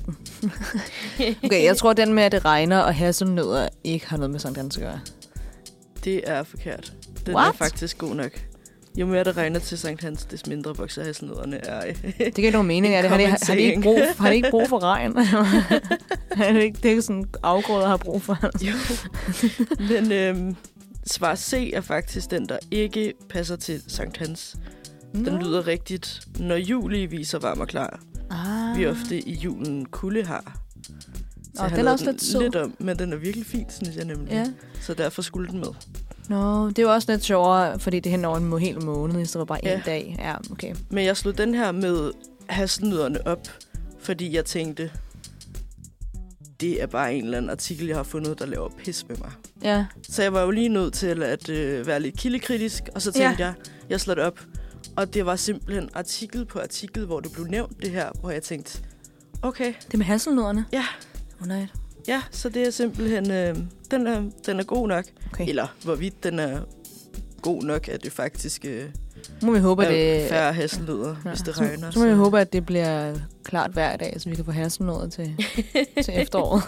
Okay, jeg tror, den med, at det regner og hasselnødder ikke har noget med Sankt Hans at gøre. Det er forkert. Den What? er faktisk god nok. Jo mere det regner til Sankt Hans, des mindre vokser hasselnødderne er. Det giver nogen mening. Er det, har, de, har, de ikke brug, har de ikke brug for regn? er det ikke det er sådan afgrøder har brug for? Jo. Men øhm, svar C er faktisk den, der ikke passer til Sankt Hans. Den no. lyder rigtigt. Når juli viser varm og klar. Ah. Vi ofte i julen kulde har. Så oh, den er også lidt sød. Lidt om, men den er virkelig fin, synes jeg nemlig. Ja. Så derfor skulle den med. Nå, det er jo også lidt sjovere, fordi det er hen over en hel måned, i stedet for bare ja. en dag. Ja, okay. Men jeg slog den her med hasselnødderne op, fordi jeg tænkte, det er bare en eller anden artikel, jeg har fundet, der laver pis med mig. Ja. Så jeg var jo lige nødt til at øh, være lidt kildekritisk, og så tænkte ja. jeg, jeg slår det op. Og det var simpelthen artikel på artikel, hvor det blev nævnt det her, hvor jeg tænkte, okay. Det med hasselnødderne? Ja. Oh, nej. Ja, så det er simpelthen, øh, den, er, den er god nok. Okay. Eller hvorvidt den er god nok, at det faktisk øh, må vi håbe, er det færre hasselnødder, ja, hvis det så, regner. Så må vi håbe, at det bliver klart hver dag, så vi kan få hasselnødder til, til efteråret.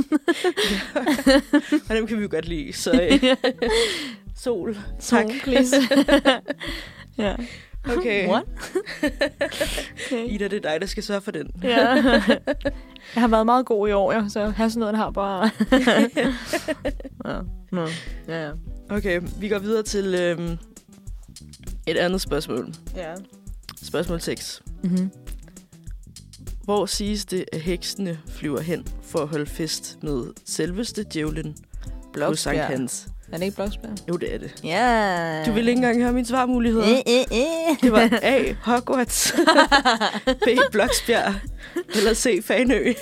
Ja. Og dem kan vi jo godt lide, så øh, sol, tak. Sol, please. Ja. Okay. What? Okay. Ida, det er dig, der skal sørge for den. Ja. Jeg har været meget god i år, ja, så hasselnødderne har bare... ja. No. Ja, ja. Okay, vi går videre til øhm, et andet spørgsmål. Ja. Spørgsmål seks. Mm-hmm. Hvor siges det, at heksene flyver hen for at holde fest med selveste djævlen på Sankt Hans? Er det ikke Bloksbjerg? Jo, det er det. Ja. Yeah. Du vil ikke engang høre mine svarmuligheder. Eh, eh, eh. Det var A. Hogwarts, B. Bloksbjerg, eller C. Fanø.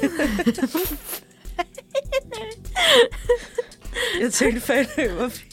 Jeg tænkte, Fanø var fint.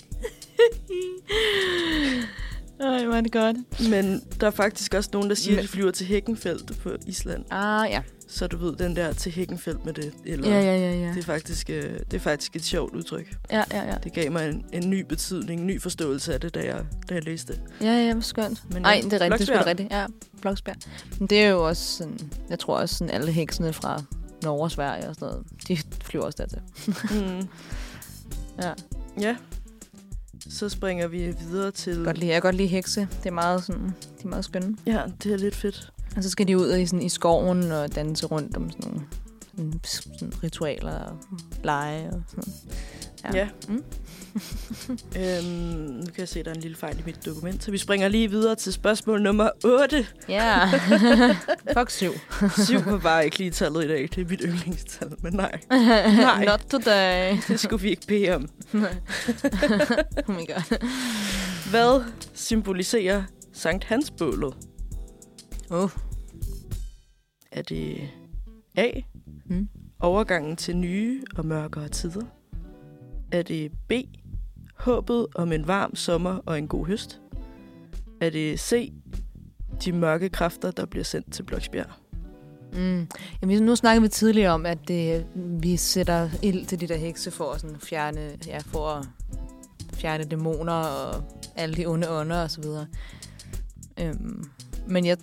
Ej, var det godt. Men der er faktisk også nogen, der siger, Men... at de flyver til Hækkenfeldt på Island. Ah, ja. Så du ved, den der til Hækkenfeldt med det. Eller, Ja, ja, ja, ja. Det er, faktisk, øh, det er faktisk et sjovt udtryk. Ja, ja, ja. Det gav mig en, en ny betydning, en ny forståelse af det, da jeg, da jeg læste det. Ja, ja, hvor skønt. Men, Nej, det er rigtigt. Det er Bloksbjerg. rigtigt. Ja, Bloksbjerg. Men det er jo også sådan, jeg tror også sådan alle heksene fra Norge og Sverige og sådan noget, de flyver også dertil. Mm. Ja. Ja. Så springer vi videre til... Godt lide. Jeg kan godt lide hekse. Det er meget sådan, de er meget skønne. Ja, det er lidt fedt. Og så skal de ud i, sådan, i skoven og danse rundt om sådan nogle sådan, sådan ritualer og lege og sådan noget. Ja. Mm. øhm, nu kan jeg se, at der er en lille fejl i mit dokument, så vi springer lige videre til spørgsmål nummer otte. Ja. Fuck syv. syv var bare ikke lige tallet i dag. Det er mit yndlingstal, men nej. Nej. Not today. Det skulle vi ikke bede om. Oh my god. Hvad symboliserer Sankt Hans bålet? Uh. Er det A. Mm. Overgangen til nye og mørkere tider? Er det B. Håbet om en varm sommer og en god høst? Er det C. De mørke kræfter, der bliver sendt til Bloksbjerg? Mm. Jamen, nu snakker vi tidligere om, at det, vi sætter ild til de der hekse for at sådan fjerne, ja, for at fjerne dæmoner og alle de onde ånder og så videre. Øhm, men jeg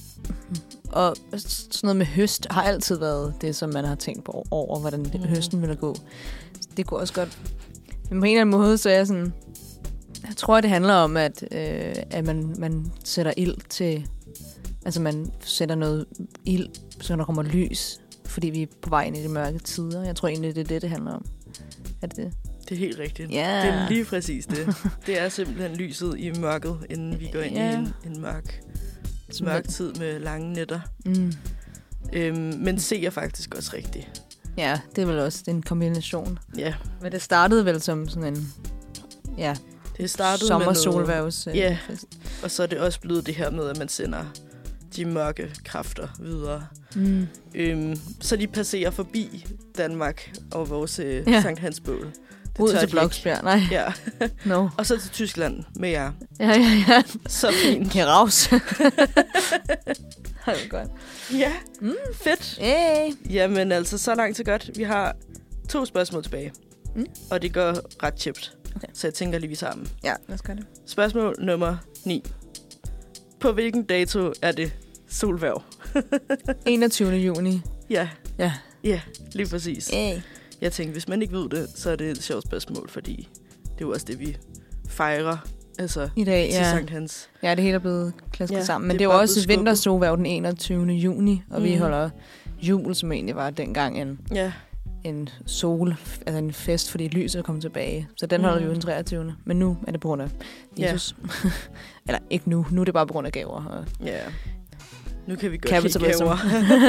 og sådan noget med høst har altid været det, som man har tænkt på over, hvordan mm. høsten ville gå. Det kunne også godt. Men på en eller anden måde, så er jeg sådan... Jeg tror, det handler om, at, øh, at man, man sætter ild til... Altså, man sætter noget ild, så der kommer lys, fordi vi er på vej ind i de mørke tider. Jeg tror egentlig, det er det, det handler om. Er det det? Det er helt rigtigt. Yeah. Det er lige præcis det. Det er simpelthen lyset i mørket, inden vi går ind yeah. i en, en mørk, mørk tid med lange nætter. Mm. Øhm, men C er faktisk også rigtigt. Ja, det er vel også en kombination. Ja. Men det startede vel som sådan en... Ja, det startede sommersolværvs. Med noget, ja, og så er det også blevet det her med, at man sender de mørke kræfter videre. Mm. Øhm, så de passerer forbi Danmark og vores øh, ja. Sankt Hans bål. Ud til Bloksbjerg, nej. Ja. No. Og så til Tyskland med jer. Ja, ja, ja. Så fint. Keraus. Det er godt. Ja, mm. fedt. Hey. Jamen altså, så langt så godt. Vi har to spørgsmål tilbage. Mm. Og det går ret tjept. Okay. Så jeg tænker lige, vi tager dem. Ja, lad os gøre det. Spørgsmål nummer ni. På hvilken dato er det solværv? enogtyvende juni. Ja. Ja. Ja, lige præcis. Hey. Jeg tænkte, hvis man ikke ved det, så er det et sjovt spørgsmål, fordi det er jo også det, vi fejrer. Altså, i dag, til ja. Sankt Hans. Ja, det hele er blevet klasket ja, sammen. Men det, det er er jo også skubbet. vintersolværv den enogtyvende juni, og mm. vi holder jul, som egentlig var dengang en, ja. en sol, altså en fest, fordi lyset kom tilbage. Så den holder mm. vi jo den treogtyvende Men nu er det på grund af Jesus. Ja. Eller ikke nu, nu er det bare på grund af gaver. Og ja. Nu kan vi godt capitalism. gaver.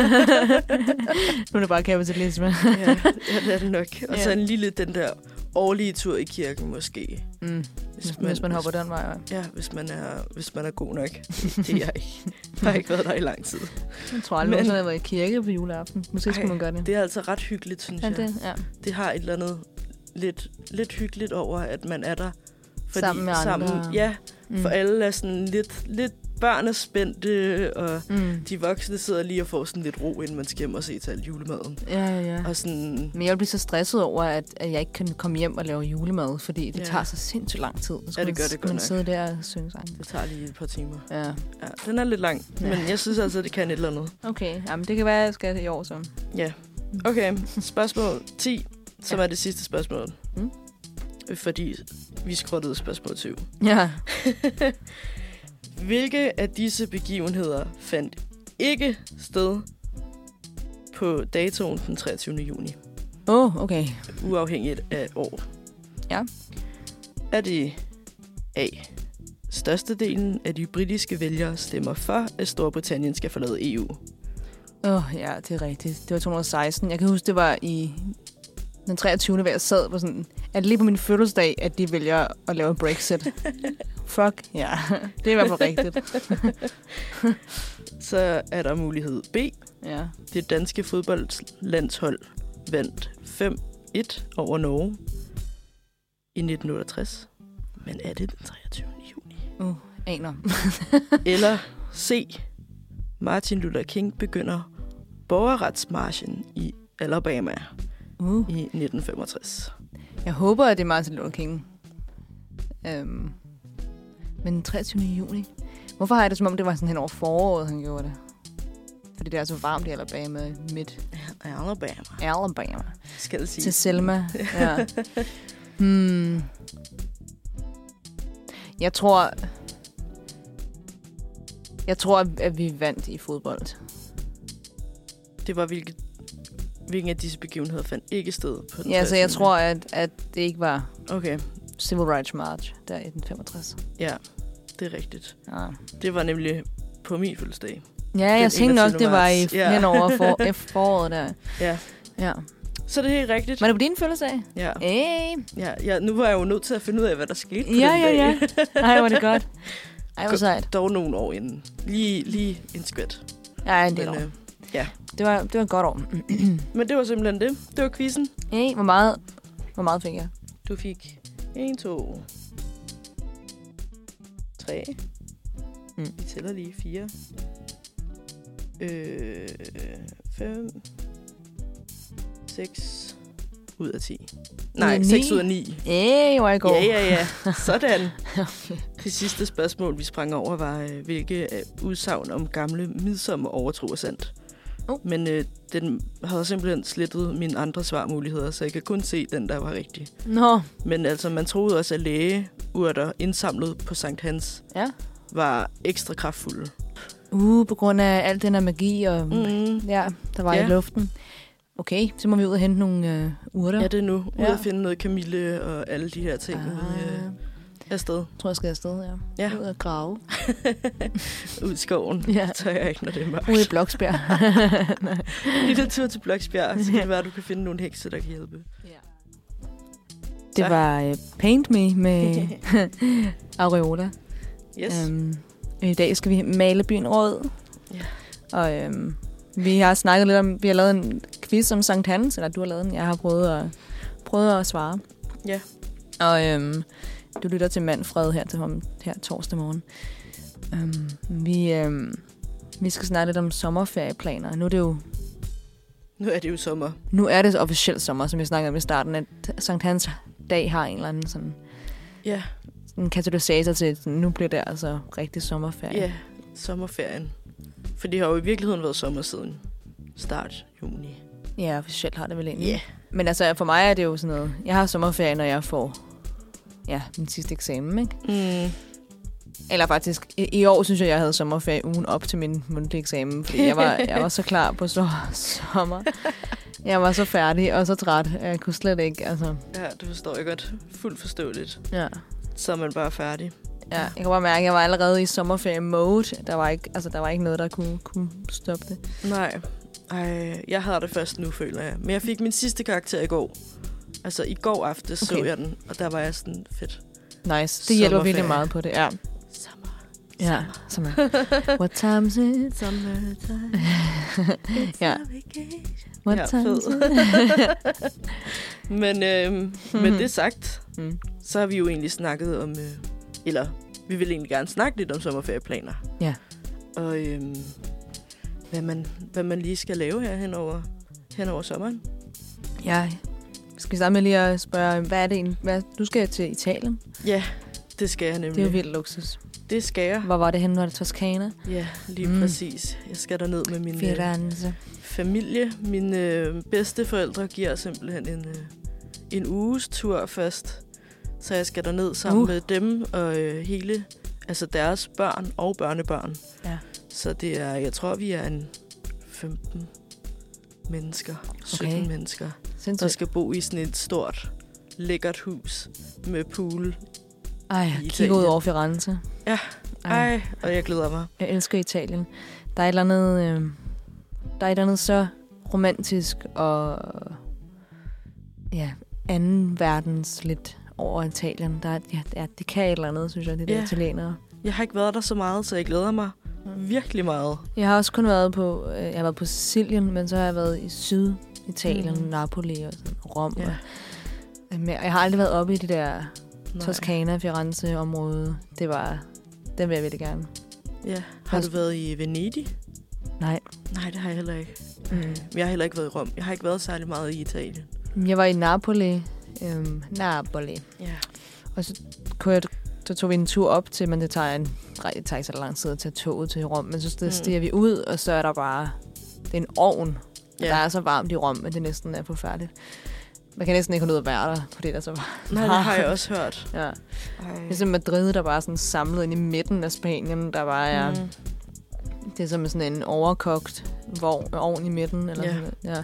Nu er det bare kapitalisme. ja, ja, det er det nok. Og ja. Så en lille den der årlige tur i kirken måske. Mm. Hvis, man, hvis man hopper den vej. Ja, hvis man er, hvis man er god nok. Det er jeg ikke. Jeg har ikke været der i lang tid. Jeg tror aldrig, at jeg har været i kirke på juleaften. Måske skulle man gøre det. Det er altså ret hyggeligt, synes ja, jeg. Det, ja. det har et eller andet lidt, lidt hyggeligt over, at man er der. Fordi sammen med sammen, andre. Ja, for mm. alle er sådan lidt, lidt børn er spændte, og Mm. de voksne sidder lige og får sådan lidt ro, inden man skal hjem og se til alt julemaden. Ja, ja, ja. Og sådan, Men jeg vil blive så stresset over, at, at jeg ikke kan komme hjem og lave julemad, fordi det Ja. tager så sindssygt lang tid. Så Ja, det gør man, det godt man nok. sidde der og synge sang. det tager lige et par timer. Ja. Ja, den er lidt lang, Ja. men jeg synes altså, det kan et eller andet. Okay, jamen det kan være, at jeg skal det i år så. Ja. Okay, spørgsmål ti, som Ja. er det sidste spørgsmål. Mm. Fordi vi skrottede spørgsmål syv. Ja. Hvilke af disse begivenheder fandt ikke sted på datoen den treogtyvende juni? Åh, oh, okay. Uafhængigt af år. Ja. Er det A. Størstedelen af de britiske vælgere stemmer for, at Storbritannien skal forlade E U. Åh, oh, ja, det er rigtigt. Det var to tusind og seksten. Jeg kan huske, det var i den treogtyvende hvor jeg sad på sådan... Er det lige på min fødselsdag, at de vælger at lave Brexit? Fuck, ja. Det er i hvert fald rigtigt. Så er der mulighed B. Ja. Det danske fodboldlandshold vandt fem et over Norge i nitten otteogtres. Men er det den treogtyvende juni? Uh, aner. Eller C. Martin Luther King begynder borgerretsmarchen i Alabama Uh. i nitten femogtres. Jeg håber, at det er Martin Luther King. Um, men den treogtyvende juni. Hvorfor har jeg det, som om det var sådan hen over foråret, han gjorde det? Fordi det er så varmt i Alabama midt. Alabama. Alabama. Skal jeg sige. Til Selma. Ja. Hmm. Jeg tror... Jeg tror, at vi vandt i fodbold. Det var hvilket, hvilken af disse begivenheder fandt ikke sted på den Ja, så jeg treogtyvende tror, at, at det ikke var Okay, Civil Rights March der i den femogtres. ja, det er rigtigt. Ja, Det var nemlig på min fødselsdag. ja jeg Den tænkte nok, enogtyvende det var i marts. Ja. henover for, efter foråret der. Ja, Ja. så det er helt rigtigt. Var det på din fødselsdag? Ja. Hey. Ja, ja, nu var jeg jo nødt til at finde ud af, hvad der skete på Ja, den ja, dag. ja. Ej, var det godt. Ej, hvor sejt. Dog nogle år inden. Lige, lige en skvæt. Ja, en del Men, år. øh, ja. Det var, det var et godt år. Men det var simpelthen det. Det var quizzen. Hey, hvor meget, hvor meget fik jeg? Du fik en, to, tre. Mm. Vi tæller lige fire. Øh, fem. Seks ud af ti. Nej, ni. seks ud af ni. Hey, hvor jeg går. Ja, ja, ja. Sådan. Det sidste spørgsmål, vi sprang over, var, øh, hvilke øh, udsagn om gamle midsommer overtro er sandt. Oh. Men øh, den havde simpelthen slettet mine andre svarmuligheder, så jeg kan kun se den, der var rigtig. Nå. Men altså, man troede også, at lægeurter indsamlet på Sankt Hans Ja. var ekstra kraftfulde. Uh, på grund af alt den her magi, og Mm. ja, der var Ja. i luften. Okay, så må vi ud og hente nogle øh, urter. Ja, det er nu. Ud Ja. at finde noget kamille og alle de her ting Ah. ude øh, afsted. Jeg tror, jeg skal afsted, ja. Ja. Ud og grave. Ud i skoven. Ja. Det tør jeg ikke, når det er mørkt. Ude i Bloksbjerg. Lille tur til Bloksbjerg, så kan det være, at du kan finde nogle hekse, der kan hjælpe. Det Så. var uh, Paint Me med Aureola. Yes. Um, I dag skal vi male byen rød. Ja. Og um, vi har snakket lidt om, vi har lavet en quiz om Sankt Hans, eller du har lavet den. Jeg har prøvet at, prøvet at svare. Ja. Og um, du lytter til Manfred her til ham her torsdag morgen. Um, vi, um, vi skal snakke lidt om sommerferieplaner. Nu er det jo Nu er det jo sommer. nu er det officielt sommer, som jeg snakkede om i starten, at Sankt Hans dag har en eller anden sådan, Ja. sådan en katalysator til, sådan, nu bliver det altså rigtig sommerferie. Ja, sommerferien. For det har jo i virkeligheden været sommer siden start juni. Ja, officielt har det vel egentlig. Ja. Men altså, for mig er det jo sådan noget, jeg har sommerferie, når jeg får ja, min sidste eksamen, ikke? Mm. Eller faktisk, i, i år synes jeg, jeg havde sommerferie ugen op til min mundtlige eksamen, fordi jeg var, jeg var så klar på så, sommer. Jeg var så færdig og så træt, jeg kunne slet ikke, altså. Ja, det forstår jeg godt. Fuldt forståeligt. Ja. Så er man bare færdig. Ja, jeg kan bare mærke, at jeg var allerede i sommerferie-mode. Der var ikke, altså, der var ikke noget, der kunne, kunne stoppe det. Nej. Ej, jeg har det først nu, føler jeg. Men jeg fik min sidste karakter i går. Altså, i går aftes okay. så jeg den, og der var jeg sådan fedt. Nice. Det hjælper virkelig Sommerferie. meget på det, ja. Sommer. Ja, sommer. What time is it? Summertime. Ja. What Ja, time is fed. it? Men øh, med det sagt, Mm. så har vi jo egentlig snakket om, øh, eller vi vil egentlig gerne snakke lidt om sommerferieplaner. Ja. Og øhm, hvad, man, hvad man lige skal lave her hen over, hen over sommeren. Ja, skal vi starte med lige at spørge, hvad er det egentlig? Hvad, du skal til Italien. Ja, det skal jeg nemlig. Det er jo vildt luksus. Det skal jeg. Hvor var det henne? Var det Toskana? Ja, lige Mm. præcis. Jeg skal derned med min øh, Firenze. familie. Mine øh, bedsteforældre giver simpelthen en, øh, en uges tur først. Så jeg skal derned sammen Uh. med dem og øh, hele, altså deres børn og børnebørn. Ja. Så det er, jeg tror, vi er en femten mennesker, sytten Okay. mennesker, der Sindssygt. skal bo i sådan et stort, lækkert hus med pool. Ej, i kigge Italien. ud over Firenze. Ja. Ej, og jeg glæder mig. Jeg elsker Italien. Der er et eller andet, øh, der er et eller andet så romantisk og ja, anden verdens lidt over Italien. Der er, ja, ja, det kan et eller andet, synes jeg, det der Ja. italienere. Jeg har ikke været der så meget, så jeg glæder mig virkelig meget. Jeg har også kun været på, øh, jeg har været på Sicilien, men så har jeg været i Syditalien, Mhm. mm. Napoli og sådan, Rom. Ja. Og, øh, men jeg har aldrig været oppe i det der Nej. Toskana, Firenze-område. Det var, den vil jeg virkelig gerne. Ja. Har du været i Venedig? Nej. Nej, det har jeg heller ikke. Mm. Men jeg har heller ikke været i Rom. Jeg har ikke været særlig meget i Italien. Jeg var i Napoli. Øhm, Napoli. Ja. Og så, kunne jeg, så tog vi en tur op til, men det tager, en, nej, det tager ikke så lang tid at tage toget til Rom. Men så Mm. stiger vi ud, og så er der bare, det er en ovn. Ja. Der er så varmt i Rom, men det næsten er forfærdeligt. Man kan næsten ikke holde ud at være der, fordi der er så varmt. Nej, det har jeg også hørt. Ja. Ej. Det er som Madrid, der bare er sådan samlet ind i midten af Spanien. Der bare er, Mm. det er som sådan en overkogt vogn, ovn i midten. Eller Ja. sådan noget. Ja.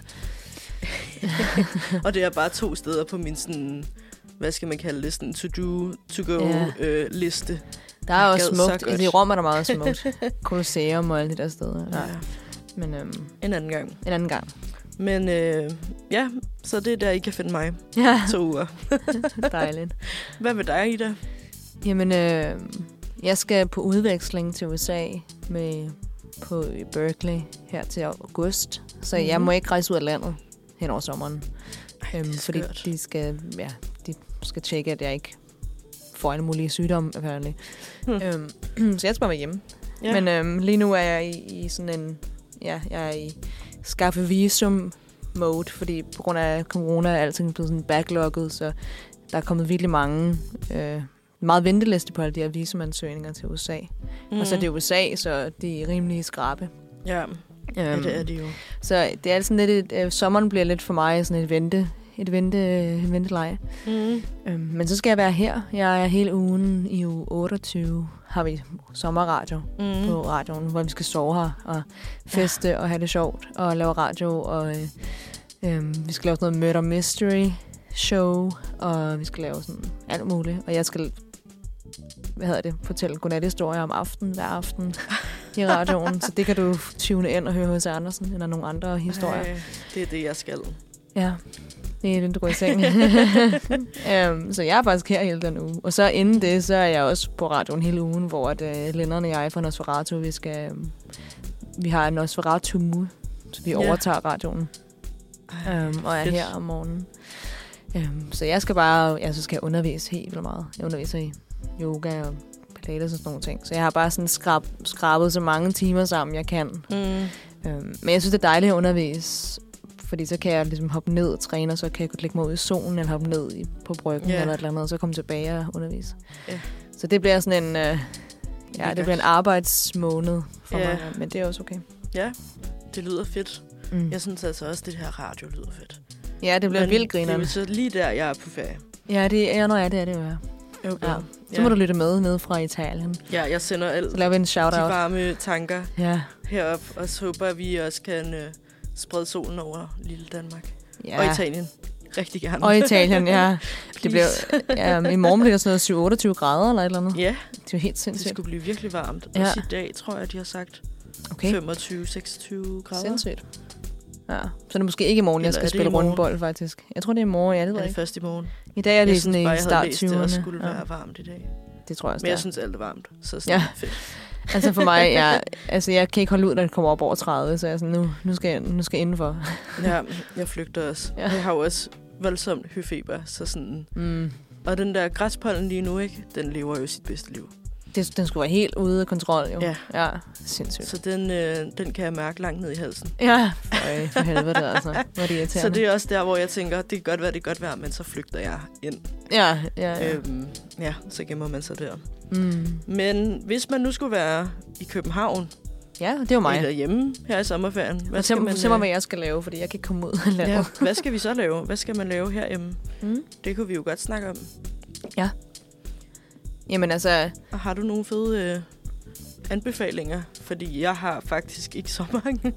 Og det er bare to steder på min sådan, hvad skal man kalde det, sådan to-do, to-go Ja. øh, liste. Der er også Gad så smukt. godt. Altså, i Rom er der meget smukt. Colosseum og alle de der steder. Ja. Ja. Men øhm, En anden gang. en anden gang. Men øh, ja, så det er der, I kan finde mig. Ja, To uger. dejligt. Hvad med dig, Ida? Jamen, øh, jeg skal på udveksling til U S A med på i Berkeley her til august. Så mm-hmm. jeg må ikke rejse ud af landet hen over sommeren. Ej, Øhm, det er fordi skørt. de skal, ja, de skal tjekke, at jeg ikke får alle mulige sygdomme, apparently. Hmm. Øhm, så jeg skal bare være hjemme. Ja. Men øhm, lige nu er jeg i, i sådan en, ja, jeg er i skaffe visum mode, fordi på grund af corona er alting blevet sådan backlogget, så der er kommet virkelig mange, øh, meget venteliste på alle de her visumansøgninger til U S A. Mm. Og så er det U S A, så de er rimelig skrappe. Ja, ja Øhm, det er det jo. Så det er sådan lidt, et, øh, sommeren bliver lidt for mig sådan et vente, et vente, øh, venteleje. Mm. Øhm, men så skal jeg være her. Jeg er hele ugen i uge otteogtyve, har vi sommerradio Mm. på radioen, hvor vi skal sove her og feste ja. og have det sjovt og lave radio. Og øh, øh, vi skal lave sådan noget murder mystery show, og vi skal lave sådan alt muligt. Og jeg skal, hvad hedder det, fortælle godnathistorier om aftenen hver aften i radioen. Så det kan du tune ind og høre H C Andersen eller nogle andre historier. Ej, det er det, jeg skal. Ja, det er det, du går i seng. um, så jeg er faktisk her hele den uge. Og så inden det, så er jeg også på radioen hele ugen, hvor at, uh, Lennart og jeg fra Nosferatu, vi skal, um, vi har en Nosferatu-mu, så vi Ja. overtager radioen Ej, um, og er fedt. her om morgenen. Um, så jeg skal bare, jeg så skal jeg undervise helt vildt meget. Jeg underviser i yoga og pilates og sådan nogle ting. Så jeg har bare sådan skrab, skrabet så mange timer sammen, jeg kan. Mm. Um, men jeg synes, det er dejligt at undervise, fordi så kan jeg ligesom hoppe ned og træne, og så kan jeg lægge mig ud i solen, eller hoppe ned i, på bryggen, Ja. eller et eller andet, og så komme tilbage og undervise. Ja. Så det bliver sådan en, uh, ja, Lækkert. det bliver en arbejdsmåned for Ja. mig, men det er også okay. Ja, det lyder fedt. Mm. Jeg synes altså også, at det her radio lyder fedt. Ja, det bliver Men vildt det er grineren. jo så lige der, jeg er på ferie. Ja, det er, når jeg det er det jo. Ja. Okay. Ja. Så må du lytte med ned fra Italien. Ja, jeg sender alt Så laver vi en de shout-out. varme tanker Ja. herop, og så håber, at vi også kan øh, sprede solen over lille Danmark. Ja. Og Italien. Rigtig gerne. Og Italien, ja. Det Please. bliver, ja, i morgen bliver det sådan noget syv otteogtyve grader eller et eller andet. Ja, Det er jo helt det sindssygt. skulle blive virkelig varmt. Ja. Også i dag, tror jeg, de har sagt Okay. femogtyve seksogtyve grader. Sindssygt. Ja, så er det måske ikke i morgen, jeg Eller skal er det spille i morgen? rundbold, faktisk. Jeg tror, det er i morgen, ja, det ved Er jeg det ikke. først i morgen? I dag er det Jeg sådan synes bare, i jeg havde start læst, det også tyverne. skulle Ja, være varmt i dag. det tror jeg også, Men jeg det synes, alt er varmt. Så sådan Ja. fedt. er. Altså for mig, jeg, altså jeg kan ikke holde ud, når det kommer op over tredive, så jeg er sådan, nu, nu, skal jeg, nu skal jeg indenfor. Ja, jeg flygter også. Ja. Ja. Jeg har jo også voldsomt høfeber, så sådan... Mm. Og den der græspollen lige nu, ikke? Den lever jo sit bedste liv. det, den skulle være helt ude af kontrol, jo. Ja. Ja, sindssygt. Så den, øh, den kan jeg mærke langt ned i halsen. Ja, for, for helvede, altså. Hvor er det irriterende. Så det er også der, hvor jeg tænker, det kan godt være, det kan godt være, men så flygter jeg ind. Ja, ja, ja. Øhm, ja, så gemmer man sig der. Mm. Men hvis man nu skulle være i København, Ja, det er jo mig. eller hjemme her i sommerferien, hvad Hvad skal man... Fortæl mig, hvad jeg skal lave, fordi jeg kan ikke komme ud af landet. Ja, hvad skal vi så lave? Hvad skal man lave herhjemme? Mm. Det kunne vi jo godt snakke om. Ja. Jamen altså... Og har du nogle fede øh, anbefalinger? Fordi jeg har faktisk ikke så mange.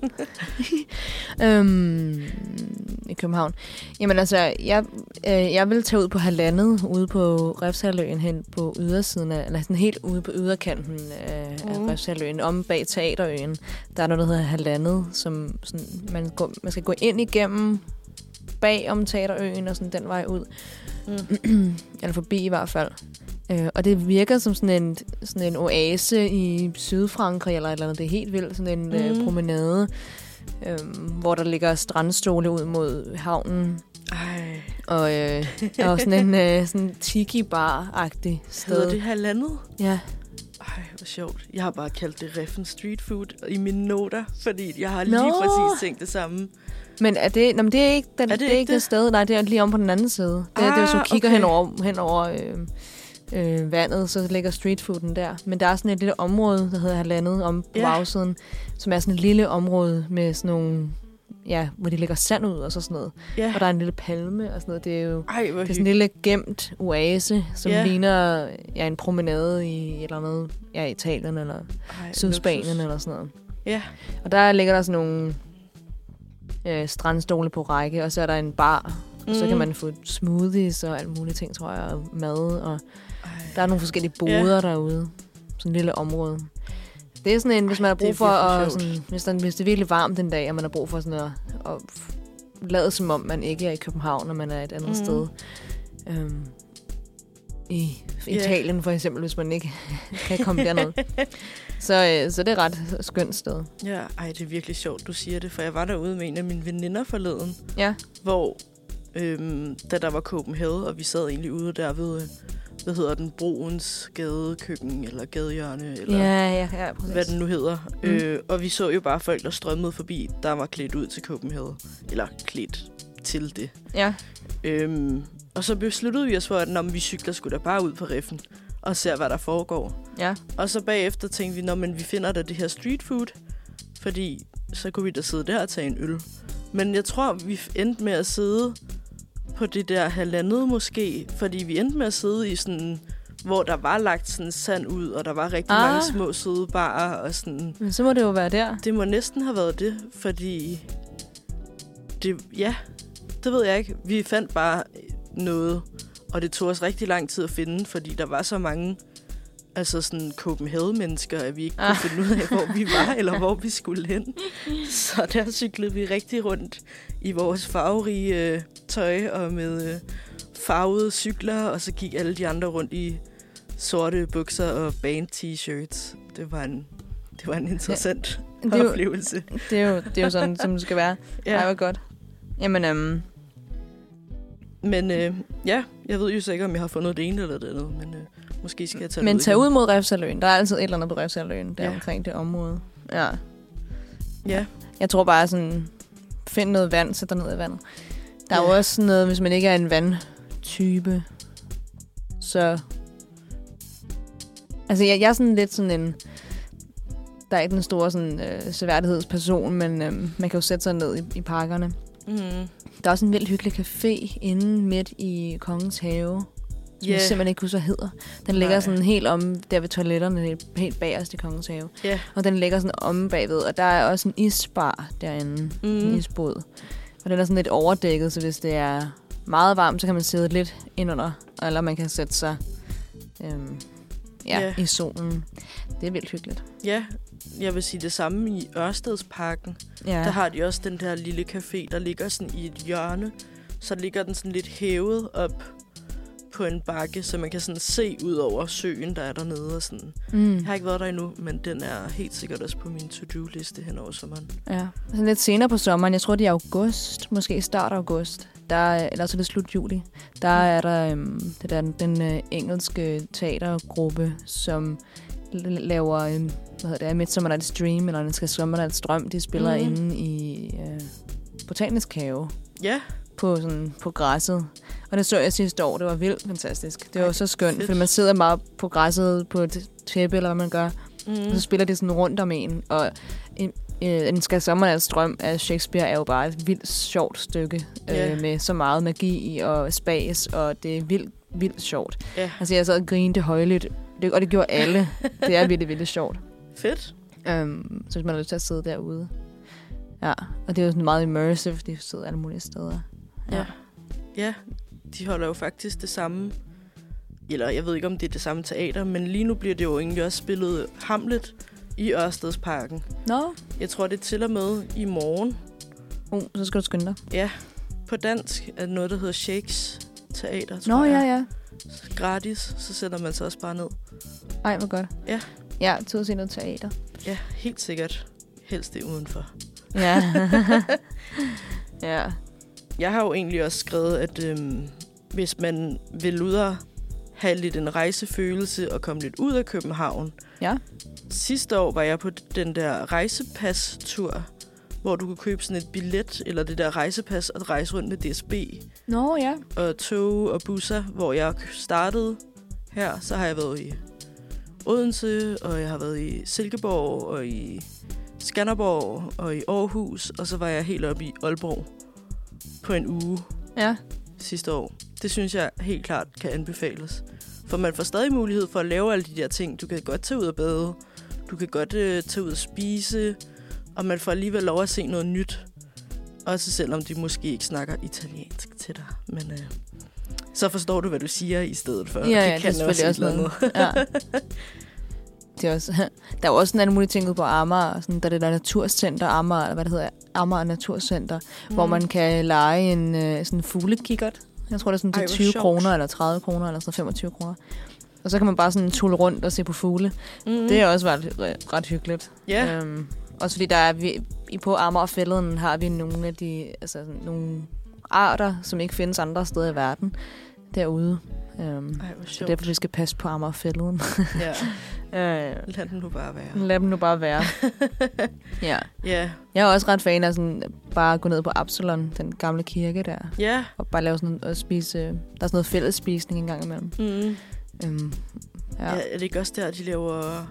øhm, I København. Jamen altså, jeg, øh, jeg vil tage ud på halvandet ude på Refshaleøen hen på ydersiden af, eller sådan helt ude på yderkanten af, mm. af Refshaleøen, om bag Teaterøen. Der er noget, der hedder halvandet, som sådan, man, går, man skal gå ind igennem bag om Teaterøen og sådan den vej ud. Mm. Eller forbi i hvert fald. Uh, og det virker som sådan en, sådan en oase i Sydfrankrig, eller et eller andet. Det er helt vildt, sådan en mm. uh, promenade, um, hvor der ligger strandstole ud mod havnen. Ej. Og, uh, og sådan en uh, sådan tiki-bar-agtig sted. Hedder det halvandet? Ja. Ej, hvor sjovt. Jeg har bare kaldt det Reffen Street Food i mine noter, fordi jeg har lige Nå. præcis tænkt det samme. Men er det, nå, men det er ikke, den, er det, det, er ikke det? det sted. Nej, det er lige om på den anden side. Det, ah, det er, hvis du kigger okay. henover, henover øh, øh, vandet, så ligger streetfooden der. Men der er sådan et lille område, der hedder halvandet om på Ja. bagsiden, som er sådan et lille område med sådan nogle, ja, hvor de lægger sand ud og så sådan noget. Ja. Og der er en lille palme og sådan noget. Det er jo Ej, hvor det er sådan en lille gemt oase, som Ja. ligner ja, en promenade i et eller andet, ja, Italien eller Ej, Sydspanien luksus. eller sådan noget. Ja. Og der ligger der sådan nogle øh, strandstole på række, og så er der en bar. Og så Mm. kan man få smoothies og alt mulige ting, tror jeg, og mad. Og Ej. der er nogle forskellige boder Ja. derude. Sådan et lille område. Det er sådan en, hvis man har det er brug for virkelig at... sjovt. Sådan, hvis, der, hvis det er virkelig varmt den dag, og man har brug for sådan at, at f- lade som om, man ikke er i København, når man er et andet Mm. sted. Øhm, I Italien for eksempel, hvis man ikke kan komme derned. Så, øh, så det er et ret skønt sted. Ja, ej, det er virkelig sjovt, du siger det, for jeg var derude med en af mine veninder forleden, Ja. hvor øhm, da der var Copenhagen, og vi sad egentlig ude der ved, hvad hedder den, Broens gadekøkken, eller gadehjørne, eller Ja, ja, ja, præcis. hvad den nu hedder. Mm. Mm. Øh, og vi så jo bare folk, der strømmede forbi, der var klædt ud til Copenhagen. Eller klædt til det. Ja. Øhm, og så besluttede vi os for, at når vi cykler, skulle der bare ud på Reffen og ser, hvad der foregår. Ja. Og så bagefter tænkte vi, nå, men vi finder da det her street food, fordi så kunne vi da sidde der og tage en øl. Men jeg tror, vi endte med at sidde på det der halvandet måske, fordi vi endte med at sidde i sådan, hvor der var lagt sådan sand ud, og der var rigtig Ah. mange små søde barer og sådan. Men så må det jo være der. Det må næsten have været det, fordi det, ja, det ved jeg ikke. Vi fandt bare noget, og det tog os rigtig lang tid at finde, fordi der var så mange altså sådan Copenhagen-mennesker, at vi ikke kunne Ah. finde ud af, hvor vi var, eller hvor vi skulle hen. Så der cyklede vi rigtig rundt i vores farverige øh, tøj, og med øh, farvede cykler, og så gik alle de andre rundt i sorte bukser og band-t-shirts. Det var en, det var en interessant Det er jo, oplevelse. det er jo, det er jo sådan, som det skal være. Ja. Ej, hvor godt. Jamen, øhm, Men øh, ja, jeg ved jo så ikke, om jeg har fundet det ene eller det andet, men øh, måske skal jeg tage men det tag igen. ud mod Refshaleøen. Der er altid et eller andet på Refshaleøen, der Ja. omkring det område. Ja. Ja, Jeg tror bare sådan, find noget vand, sæt dig ned i vandet. Der er Ja. jo også sådan noget, hvis man ikke er en vandtype, så... Altså, jeg, jeg er sådan lidt sådan en... Der er ikke den store sådan, øh, seværdighedsperson, men øh, man kan jo sætte sig ned i, i parkerne. mm. Der er også en vildt hyggelig café inde midt i Kongens Have, som Yeah. jeg simpelthen ikke husker hedder. Den ligger Nej. sådan helt om der ved toiletterne, helt, helt bagerst i Kongens Have. Ja. Og den ligger sådan omme bagved, og der er også en isbar derinde, mm. en Mm. isbåd. Og den er sådan lidt overdækket, så hvis det er meget varmt, så kan man sidde lidt indunder, eller man kan sætte sig øhm, ja, Ja. i solen. Det er vildt hyggeligt. Ja, jeg vil sige det samme i Ørstedsparken. Ja. Der har de også den der lille café, der ligger sådan i et hjørne. Så ligger den sådan lidt hævet op på en bakke, så man kan sådan se ud over søen, der er dernede. Og sådan. Mm. Jeg har ikke været der endnu, men den er helt sikkert også på min to-do-liste hen over sommeren. Ja, sådan lidt senere på sommeren. Jeg tror, det er august. Måske start august. Der er, eller så er det slut juli. Der er der, øhm, det der den øh, engelske teatergruppe, som laver en, hvad hedder det, Midsummer Night's Dream, eller en Midsummer Night's Drøm, de spiller mm. inde i øh, Botanisk Have. Ja. På, sådan, på græsset. Og det så jeg sidste år. Det var vildt fantastisk. Det var Ej, så skønt, fedt. fordi man sidder meget på græsset på et tæppe, eller hvad man gør. Mm. Og så spiller de sådan rundt om en. Og en, en Skal Sommernads Drøm af Shakespeare er jo bare et vildt sjovt stykke. Yeah. Øh, med så meget magi og spas, og det er vildt, vildt sjovt. Yeah. Altså, jeg sad og grinte højlydt. Det, og det gjorde alle. Det er virkelig, virkelig sjovt. Fedt. Um, så hvis man har lyst til at sidde derude. Ja, og det er jo sådan meget immersive. De sidder alle mulige steder. Ja. ja. Ja, de holder jo faktisk det samme. Eller jeg ved ikke, om det er det samme teater, men lige nu bliver det jo egentlig også spillet Hamlet i Ørstedsparken. Nå. Jeg tror, det er til og med i morgen. Uh, så skal du skynde dig. Ja, på dansk er det noget, der hedder Shakes Teater, tror Nå, jeg. ja, ja. Gratis, så sætter man sig også bare ned. Ej, hvor godt. Ja. Ja, tid at se noget teater. Ja, helt sikkert. Helst det udenfor. Ja. Ja. Jeg har jo egentlig også skrevet, at øhm, hvis man vil ud og have lidt en rejsefølelse og komme lidt ud af København. Ja. Sidste år var jeg på den der rejsepas-tur, hvor du kunne købe sådan et billet, eller det der rejsepas, og rejse rundt med D S B. Nå, ja. Og tog og busser, hvor jeg startede her. Så har jeg været i Odense, og jeg har været i Silkeborg, og i Skanderborg, og i Aarhus. Og så var jeg helt oppe i Aalborg på en uge Ja. sidste år. Det synes jeg helt klart kan anbefales. For man får stadig mulighed for at lave alle de der ting. Du kan godt tage ud og bade. Du kan godt øh, tage ud og spise. Og man får alligevel lov at se noget nyt. Også selvom de måske ikke snakker italiensk til dig. Men øh, så forstår du, hvad du siger i stedet for. Ja, det ja, kan det er selvfølgelig også noget. noget. Ja. Det er også, der er jo også sådan alle mulige ting på Amager. Sådan, der er det der naturcenter, Amager, eller hvad det hedder, Amager Naturcenter, mm. hvor man kan lege en øh, sådan fuglekikkert. Jeg tror, det er sådan til Ej, tyve sjovt. kroner, eller tredive kroner, eller sådan femogtyve kroner. Og så kan man bare sådan tulle rundt og se på fugle. Mm. Det er også ret, ret hyggeligt. Ja. Øhm, også fordi der er, vi, på Amagerfælleden har vi nogle af de, altså sådan, nogle arter, som ikke findes andre steder i verden derude. Øhm, Ej, så derfor vi skal passe på Amagerfælleden. Ja. øh, Lad den nu bare være. Lad dem nu bare være. Ja. Ja. Jeg er også ret fan af sådan, bare at gå ned på Absalon, den gamle kirke der. Ja. Og bare lave sådan noget, og spise, der er sådan noget fællesspisning en gang imellem. Mm. Øhm, ja. Ja, er det ikke også der, de laver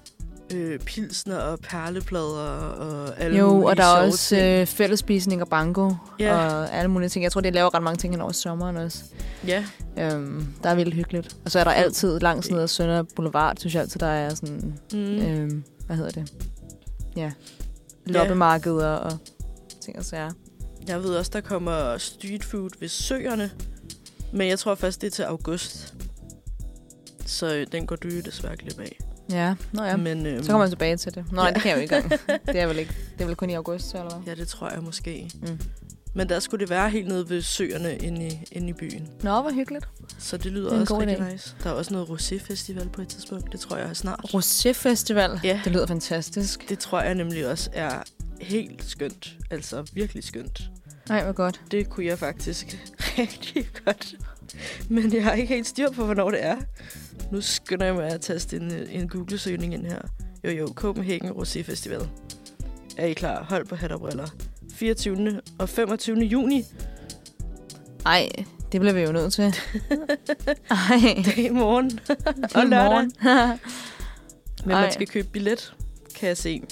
øh, pilsner og perleplader og alle Jo, mulige og der er sjove også ting? øh, fællesspisning og banko Ja. og alle mulige ting. Jeg tror, de laver ret mange ting hen over sommeren også. Ja. Øhm, der er vildt hyggeligt. Og så er der altid langs ned ad Sønder Boulevard, synes jeg altid, der er sådan, Mm. øhm, hvad hedder det? Ja, loppemarkeder og ting og sager. Jeg ved også, der kommer street food ved søerne, men jeg tror først, det er til august. Så øh, den går du jo desværre glip af. Ja, nå ja. Men, øhm, Så kommer man tilbage til det. Nå, ja. det kan jeg jo ikke engang. Det er vel ikke. Det er vel kun i august, eller hvad? Ja, det tror jeg måske. Mm. Men der skulle det være helt nede ved søerne inde i, inde i byen. Nå, hvor hyggeligt. Så det lyder Det er en også god rigtig idé. nice. Der er også noget rosé-festival på et tidspunkt. Det tror jeg er snart. Rosé Festival. Ja. Det lyder fantastisk. Det tror jeg nemlig også er helt skønt. Altså virkelig skønt. Nej, hvor godt. Det kunne jeg faktisk rigtig godt. Men jeg har ikke helt styr på, hvornår det er. Nu skynder jeg mig at taste en, en Google-søgning ind her. Jo jo, Copenhagen Rosé Festival. Er I klar? Hold på hat og briller. fireogtyvende og femogtyvende juni. Ej, det bliver vi jo nødt til. Ej. Det er i morgen. og I lørdag. morgen. Men Ej. man skal købe billet, kan jeg se.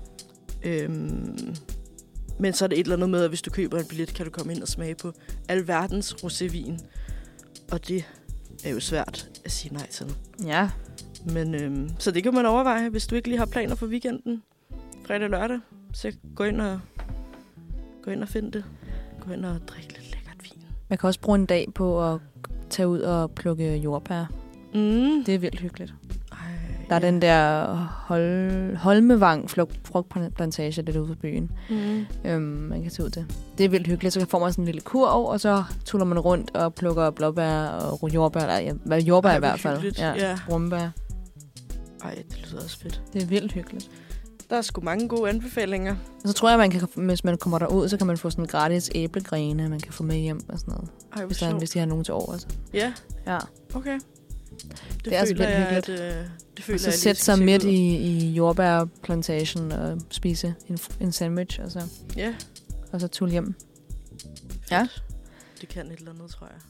Øhm, men så er det et eller andet med, at hvis du køber en billet, kan du komme ind og smage på alverdens rosévin. Og det er jo svært at sige nej til. Ja. Men øhm, så det kan man overveje, hvis du ikke lige har planer for weekenden. Fredag og lørdag. Så gå ind og, gå ind og find det. Gå ind og drikke lidt lækkert vin. Man kan også bruge en dag på at tage ud og plukke jordbær. Mm. Det er vildt hyggeligt. Ej, Der er ja. den der Hol- Holmevang frugtplantage lidt ude på byen. Mm. Øhm, man kan tage ud til. Det er vildt hyggeligt. Så får man sådan en lille kurv, og så tuller man rundt og plukker blåbær og jordbær. Eller, ja, hvad jordbær Ej, i hvor hvert fald. hyggeligt. Ja, Ja. rumbær. Ej, det lyder også fedt. Det er vildt hyggeligt. Der er sgu mange gode anbefalinger. Og så tror jeg, man kan, hvis man kommer derud, så kan man få sådan en gratis æblegrene, man kan få med hjem og sådan noget. Ej, hvor Hvis, der, sjovt. hvis de har nogen til over. Altså. Ja, Ja. okay. det er føler jeg, hyggeligt. at, øh, det føler Og så jeg lige sætte skal sig tjekke midt ud. i, i jordbærplantagen og spise en, en sandwich, og så, Ja. og så tulle hjem. Fedt. Ja. Det kan et eller andet, tror jeg.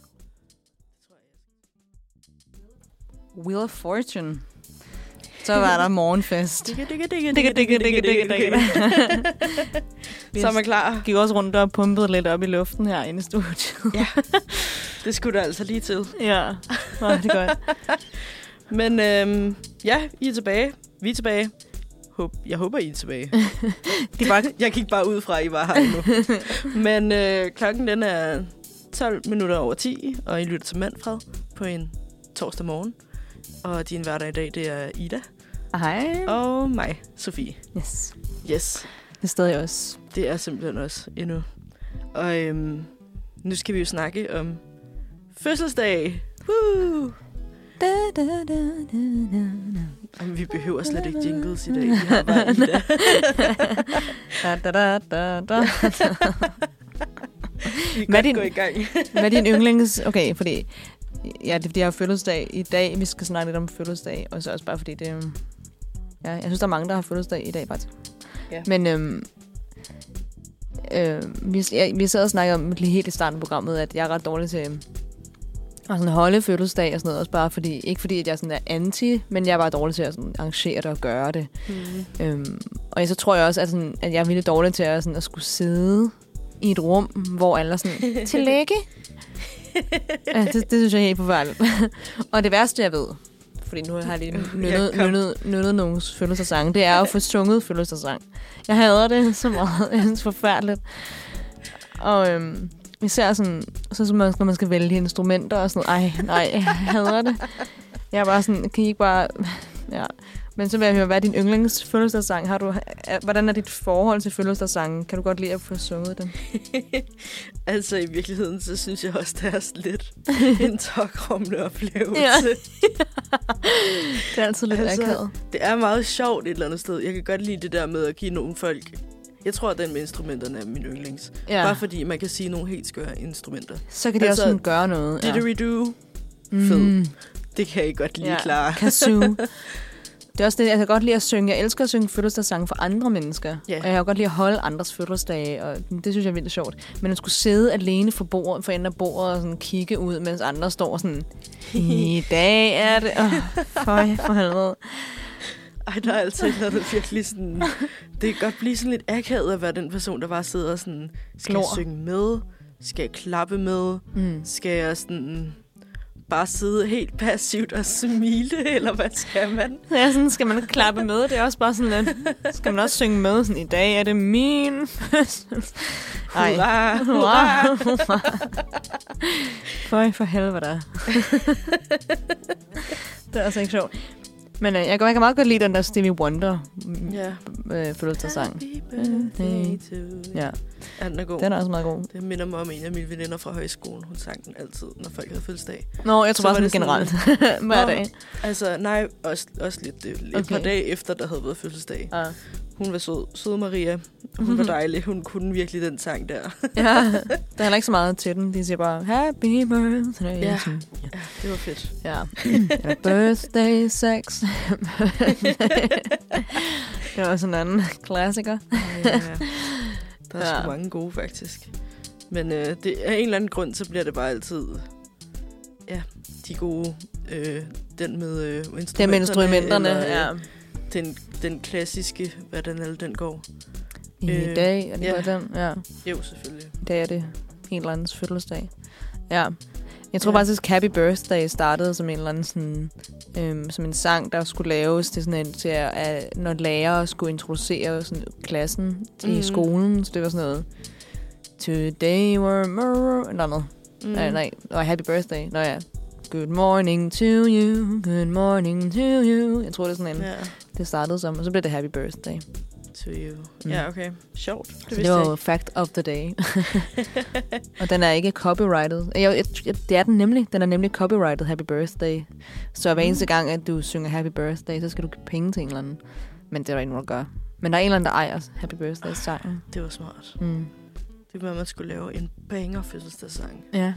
Wheel of Fortune. Så var der morgenfest. Digga, digga, digga, Digga, digga, digga, digga, digga. Så er man klar. Gik også rundt og pumpede lidt op i luften her inde i studiet. Ja, det skulle der altså lige til. Ja, Nå, det er godt. Men øhm, ja, I er tilbage. Vi er tilbage. Håb, jeg håber, I er tilbage. Det var... Jeg gik bare ud fra, at I var her nu. Men øh, klokken den er tolv minutter over ti, og I lytter til Manfred på en torsdag morgen. Og din hverdag i dag, det er Ida. Hej. Og mig, Sofie. Yes. Yes, Det er stadig også. det er simpelthen også endnu. Og øhm, nu skal vi jo snakke om fødselsdag. Woo! Da, da, da, da, da. Jamen, vi behøver slet ikke jingles i dag. Vi har bare Ida. Da, da, da, da, da. Vi kan Hvad er godt din- gå i gang. Hvad er din yndlings... Okay, fordi... Ja, det er fordi, jeg har fødselsdag i dag. Vi skal snakke lidt om fødselsdag. Og så også bare fordi det... øhm, Ja, jeg synes, der er mange, der har fødselsdag i dag, faktisk. Ja. Men... Øhm, øh, vi, ja, vi sad og snakkede om lige helt i starten af programmet, at jeg er ret dårlig til... øhm, at sådan holde fødselsdag og sådan noget. Også bare fordi... Ikke fordi, at jeg sådan er anti, men jeg er bare dårlig til at sådan, arrangere det og gøre det. Mm. Øhm, og så tror jeg også, at, sådan, at jeg er virkelig dårlig til at, sådan, at skulle sidde i et rum, hvor alle er sådan, tillykke. Ja, det, det synes jeg er helt forfærdeligt. Og det værste, jeg ved, fordi nu har jeg lige nynnet, Ja, kom. nynnet, nynnet nogle fødselsdagssang, det er at få sunget fødselsdagssang. Jeg hader det så meget. Jeg synes, det er forfærdeligt. Og øhm, især sådan, så som man, når man skal vælge instrumenter og sådan noget. Ej, nej, jeg hader det. Jeg er bare sådan, kan I ikke bare... Ja. Men så vil jeg høre, hvad er din yndlings fødselsdagssang? Har du, er, hvordan er dit forhold til fødselsdagssangen? Kan du godt lide at få sunget den? Altså, i virkeligheden, så synes jeg også, det er sådan lidt en tokrummende oplevelse. Ja. Det er altid lidt Altså, akavet. Det er meget sjovt et eller andet sted. Jeg kan godt lide det der med at give nogle folk... Jeg tror, at den med instrumenterne er min yndlings. Ja. Bare fordi man kan sige nogle helt skøre instrumenter. Så kan de altså, også sådan gøre noget. Ja. Didgeridoo, fed. Mm. Det kan jeg godt lige Ja. klare. Kazoo. Det er også det, jeg kan godt lide at synge. Jeg elsker at synge fødselsdagssange for andre mennesker. Ja. Og jeg kan godt lide at holde andres fødselsdage, og det synes jeg er vildt sjovt. Men at skulle sidde alene for bordet, for enden af bordet og sådan kigge ud, mens andre står sådan, i dag er det... Åh, føj, for helvede. Ej, der er altså ikke noget virkelig sådan... Det kan godt blive sådan lidt akavet at være den person, der bare sidder og sådan... Skal Glor. jeg synge med? Skal jeg klappe med? Mm. Skal jeg sådan... Bare sidde helt passivt og smile, eller hvad skal man? Ja, sådan skal man klappe med. Det er også bare sådan lidt... Skal man også synge med? Sådan, i dag er det min fødsel. Ej. Hurra, Hurra, hurra. hurra. Føj, for helvede der. Det er altså ikke sjovt. Men øh, jeg, kan, jeg kan meget godt lide den der Stevie Wonder Ja. øh, fødselsdagssang. Happy birthday to you. Ja, Ja, den er god. den er også meget god. Det minder mig om en af mine veninder fra højskolen. Hun sang den altid, når folk havde fødselsdag. Nå, jeg tror Så bare var det sådan generelt. Hver Nå, dag. Altså, nej, også, også lidt. Det, et Okay. par dage efter, der havde været fødselsdag. Ja. Hun var sød. Sød Maria. Hun var dejlig. Hun kunne virkelig den sang der. Ja, der er heller ikke så meget til den. De siger bare, happy birthday. Ja. Sådan, Ja, det var fedt. ja. Eller birthday sex. Det var sådan en anden klassiker. Ja, der er Ja. sgu mange gode, faktisk. Men øh, det, af en eller anden grund, så bliver det bare altid... Ja, de gode... Øh, den med øh, instrumenterne. Det med instrumenterne, eller, øh, ja. Den, den klassiske, hvad den alle den går. I Øh, dag er det ja. bare den, ja. Jo, selvfølgelig. I dag er det en eller andens fødselsdag. Ja. Jeg tror Ja. faktisk, Happy Birthday startede som en eller anden sådan, øhm, som en sang, der skulle laves til sådan en, til at, at når lærere skulle introducere sådan klassen mm. i Mhm. skolen. Så det var sådan noget, today were murder, eller noget. Mm. Nej, nej, og Happy Birthday. Nå ja. Good morning to you, good morning to you. Jeg tror, det er sådan en, Ja, det startede som, og så blev det Happy Birthday. to you. Mm. Ja, okay. Sjovt. Det Så vidste det var jeg jo fact of the day. Og den er ikke copyrighted. Jeg, jeg, jeg, det er den nemlig. Den er nemlig copyrighted Happy Birthday. Så hver Mm. eneste gang, at du synger Happy Birthday, så skal du give penge til en eller anden. Men det er der ikke nogen, der gør. Men der er en eller anden, der ejer Happy Birthday-sangen. Det var smart. Mm. Det Det var, at man skulle lave en banger fødselsdagssang. Ja.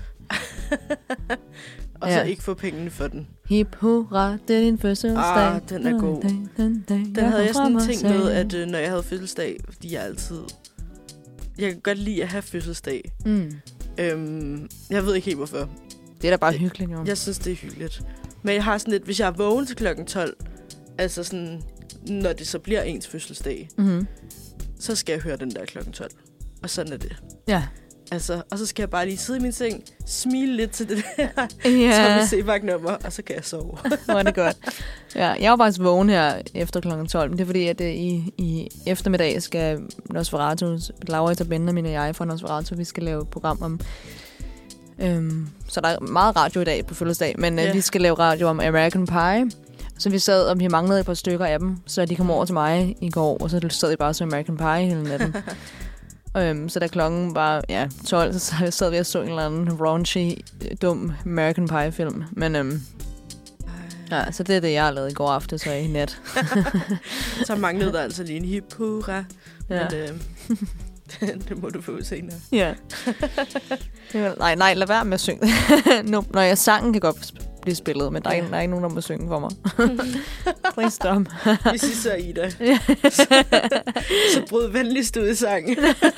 Og Ja. så ikke få pengene for den. Hip hurra, det er din fødselsdag. Ah, den er god. Den, den, den, Den havde jeg sådan en ting med, at øh, når jeg havde fødselsdag, fordi jeg altid... Jeg kan godt lide at have fødselsdag. Mm. Øhm, jeg ved ikke helt, hvorfor. Det er da bare hyggeligt, jo. Jeg synes, det er hyggeligt. Men jeg har sådan lidt, hvis jeg er vågen til klokken tolv, altså sådan, når det så bliver ens fødselsdag, Mm-hmm. så skal jeg høre den der klokken tolv. Og sådan er det. Ja. Altså, og så skal jeg bare lige sidde i min seng, smile lidt til det der Ja, Tommy Sebak-nummer, og så kan jeg sove. hvor er det godt. Ja, jeg var faktisk vågen her efter klokken tolv, men det er fordi, at øh, i, i eftermiddag skal Nosferatu, Laura, Benjamin og jeg fra Nosferatu, vi skal lave et program om... Øhm, så der er meget radio i dag på fødselsdag, men øh, Ja. vi skal lave radio om American Pie. Så vi sad, og vi manglede et par stykker af dem, så de kom over til mig i går, og så sad vi bare så American Pie hele natten. Øhm, så da klokken var ja, tolv, så sad vi og så en eller anden raunchy, dum American Pie-film. Men øhm, ja, så det er det, jeg har lavet i går aftes og i nat. Så manglede der altså lige en hip hurra. Ja. Men øh, det må du få senere. Ja. Det var, nej, nej, lad være med at synge. no, når jeg sangen kan godt sp- blive spillet, men der er, Ja. ikke, der er ikke nogen, der må synge for mig. Please stop. Hvis I så er Ida, Ja. så bryd venligst ud i sangen.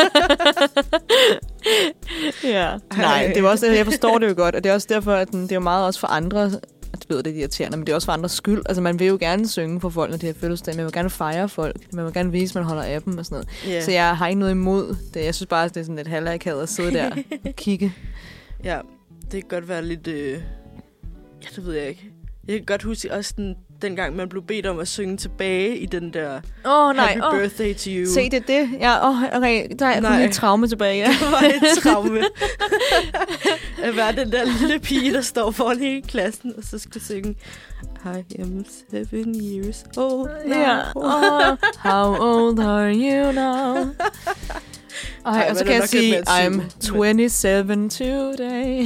Ja. Nej, det er også, jeg forstår det jo godt, og det er også derfor, at den, det er jo meget også for andre, at ved, det er irriterende, men det er også for andres skyld. Altså, man vil jo gerne synge for folk, når de har fødselsdag. Man vil gerne fejre folk. Man vil gerne vise, at man holder af dem og sådan noget. Yeah. Så jeg har ikke noget imod det. Jeg synes bare, at det er sådan lidt halvakavet at sidde der og kigge. Ja, det kan godt være lidt... Øh... Ja, det ved jeg ikke. Jeg kan godt huske også den, dengang, man blev bedt om at synge tilbage i den der Åh, oh, nej. Happy Oh. Birthday to You. Se, det er det. Ja, oh, okay. Der er Nej. et traume tilbage. Ja. Det var et traume. At være den der lille pige, der står foran hele klassen, og så skal synge I am seven years old now. Ja. Oh, how old are you now? Ej, Ej, og så men kan det jeg er nok sige, lidt mere I'm syv, twenty-seven today.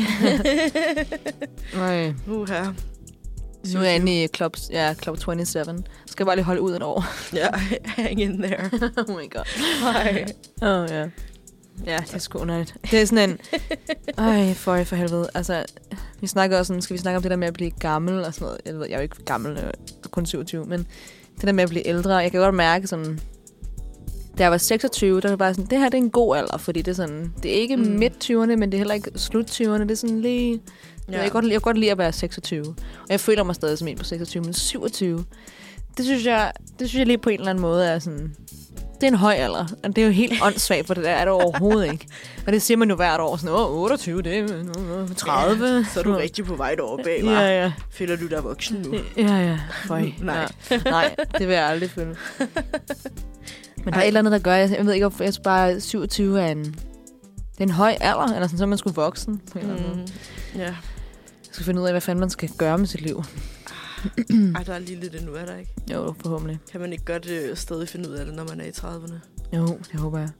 Nej. Uha. Nu er jeg inde i Club, ja, Club tyve-syv. Skal jeg bare lige holde ud et år. Ja, hang in there. Oh my god. Hej. Åh, oh, ja. Ja, det er sgu underligt. Det er sådan en... Ej, for for helvede. Altså, vi snakker også sådan... Skal vi snakke om det der med at blive gammel og sådan noget? Jeg ved, jeg er jo ikke gammel, jeg er kun syvogtyve, men det der med at blive ældre, jeg kan godt mærke sådan... Da jeg var seksogtyve, der var bare sådan, det her det er en god alder, fordi det er sådan... Det er ikke mm. midt-tyverne, men det er heller ikke slut-tyverne. Det er sådan lige... Ja. Jeg, kan godt, jeg kan godt lide at være seksogtyve. Og jeg føler mig stadig som en på seksogtyve, men syvogtyve... Det synes jeg, det synes jeg lige på en eller anden måde er sådan... Det er en høj alder. Og det er jo helt åndssvagt, for det der er det overhovedet ikke. Og det siger man jo hvert år. Sådan, åh, otteogtyve, det er tredive. Ja, så er du rigtig på vej deroppe bag, hva'? Ja, ja. Føler du dig voksen nu? Ja, ja. Føj. Nej. Ja. Nej, det vil jeg aldrig føle. Men der er et eller andet, der gør... Jeg, jeg ved ikke, hvorfor jeg synes bare, syvogtyve er en... Det er en høj alder, eller sådan, så er man skulle voksen. På en eller anden måde. Mm, ja. Jeg skal finde ud af, hvad fanden man skal gøre med sit liv. Ej, der er lige lidt endnu, er der ikke? Jo, forhåbentlig. Kan man ikke godt øh, stadig finde ud af det, når man er i trediverne? Jo, det håber jeg.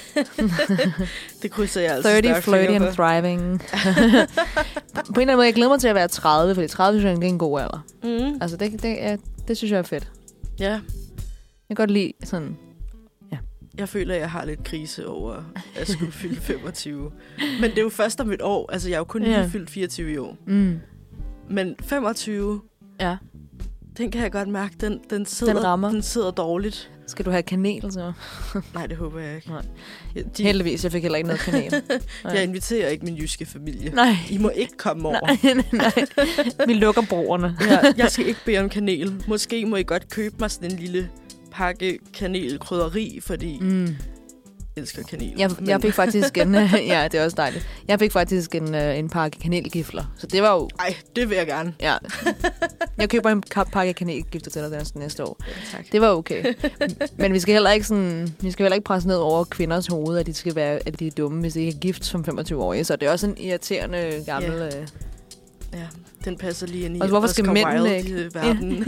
Det krydser jeg altså thirty, stærkt flirty fingre and for. thriving. På en eller anden måde, jeg glæder mig til at være tredive, fordi tredive synes jeg er en god alder. Mm. Altså, det, det, er, det synes jeg er fedt. Ja, Jeg kan godt lide sådan... jeg føler, at jeg har lidt krise over at skulle fylde femogtyve. Men det er jo først om et år. Altså, jeg er jo kun lige Ja. fyldt fireogtyve i år. Mm. Men femogtyve, Ja. den kan jeg godt mærke, den, den, sidder, Den rammer. den sidder dårligt. Skal du have kanel, så? Nej, det håber jeg ikke. Nej. Ja, de, Heldigvis, jeg fik heller ikke noget kanel. jeg inviterer ikke min jyske familie. Nej. I må ikke komme over. Nej, nej, nej. Vi lukker bordene. Ja, jeg skal ikke bede om kanel. Måske må I godt købe mig sådan en lille pakke kanelkrydderi, fordi Mm. jeg elsker kanel. Jeg, Men- jeg fik faktisk en... ja, det er også dejligt. Jeg fik faktisk en, øh, en pakke kanelgifler. Så det var jo... Ej, det vil jeg gerne. Ja. Jeg køber en ka- pakke kanelgifler til dig den næste år. Ja, tak. Det var okay. Men vi skal heller ikke sådan, vi skal heller ikke presse ned over kvinders hoved, at de skal være, at de er dumme, hvis de ikke er gift som femogtyve-årige. Så det er også en irriterende gammel... Ja. Øh... Ja, den passer lige ind i Og hvorfor skal Oscar mændene Wilde ikke? i verden.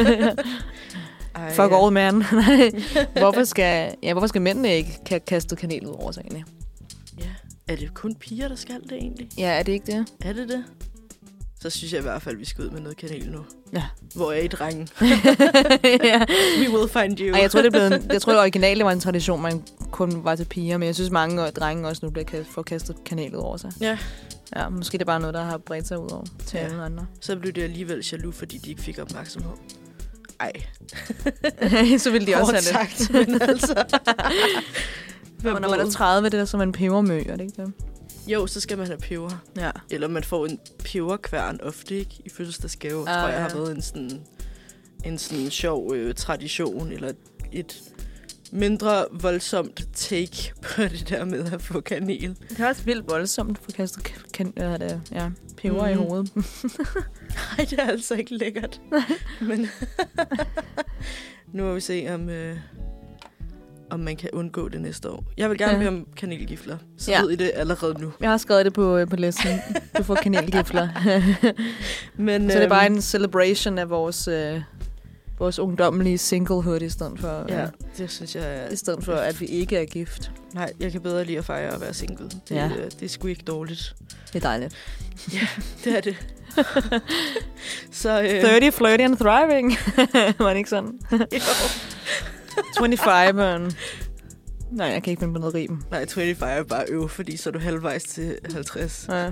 Ej, Fuck ja. old man. hvorfor, skal, ja, hvorfor skal mændene ikke kan kaste kanel ud over sig egentlig? Ja. Er det kun piger, der skal det egentlig? Ja, er det ikke det? Er det det? Så synes jeg i hvert fald, vi skal ud med noget kanel nu. Ja. Hvor er I, drengen? ja. We will find you. Ej, jeg tror, det er blevet en, jeg tror, det originale var en tradition, man kun var til piger, men jeg synes, mange drenge også nu bliver får kastet kanalet over sig. Ja. Ja, måske det er bare noget, der har bredt sig ud over til Ja. alle andre. Så blev det alligevel jaloux, fordi de ikke fik opmærksomhed. Ej. Så ville de også have sagt, det. men altså. Og når man er tredive, det er som en pebermø, er det ikke det? Jo, så skal man have peber. Ja. Eller man får en peberkværn ofte, ikke? I fødselsdagsgave, ah, tror jeg, ja. har været en sådan, en sådan sjov øh, tradition, eller et mindre voldsomt take på det der med at få kanel. Det er også vildt voldsomt at få kastet kan, kan, det, ja, peber mm. i hovedet. Nej, det er altså ikke lækkert. Men nu må vi se, om, øh, om man kan undgå det næste år. Jeg vil gerne ja. bede om kanelgifler. Så ja. ved I det allerede nu. Jeg har skrevet det på, på listen. Du får kanelgifler. Men, så det er bare en celebration af vores... Øh, vores ungdommelige singlehood i stedet for... Ja, øh, det synes jeg... Er, I stedet for, at vi ikke er gift. Nej, jeg kan bedre lide at fejre at være single. Det, ja. øh, det er sgu ikke dårligt. Det er dejligt. Ja, det er det. Så, øh, thirty, flirty and thriving. Var det ikke sådan? Jo. twenty-five and... Nej, jeg kan ikke finde på noget rim. Nej, twenty-five er bare øv, fordi så er du halvvejs til halvtreds. Ja.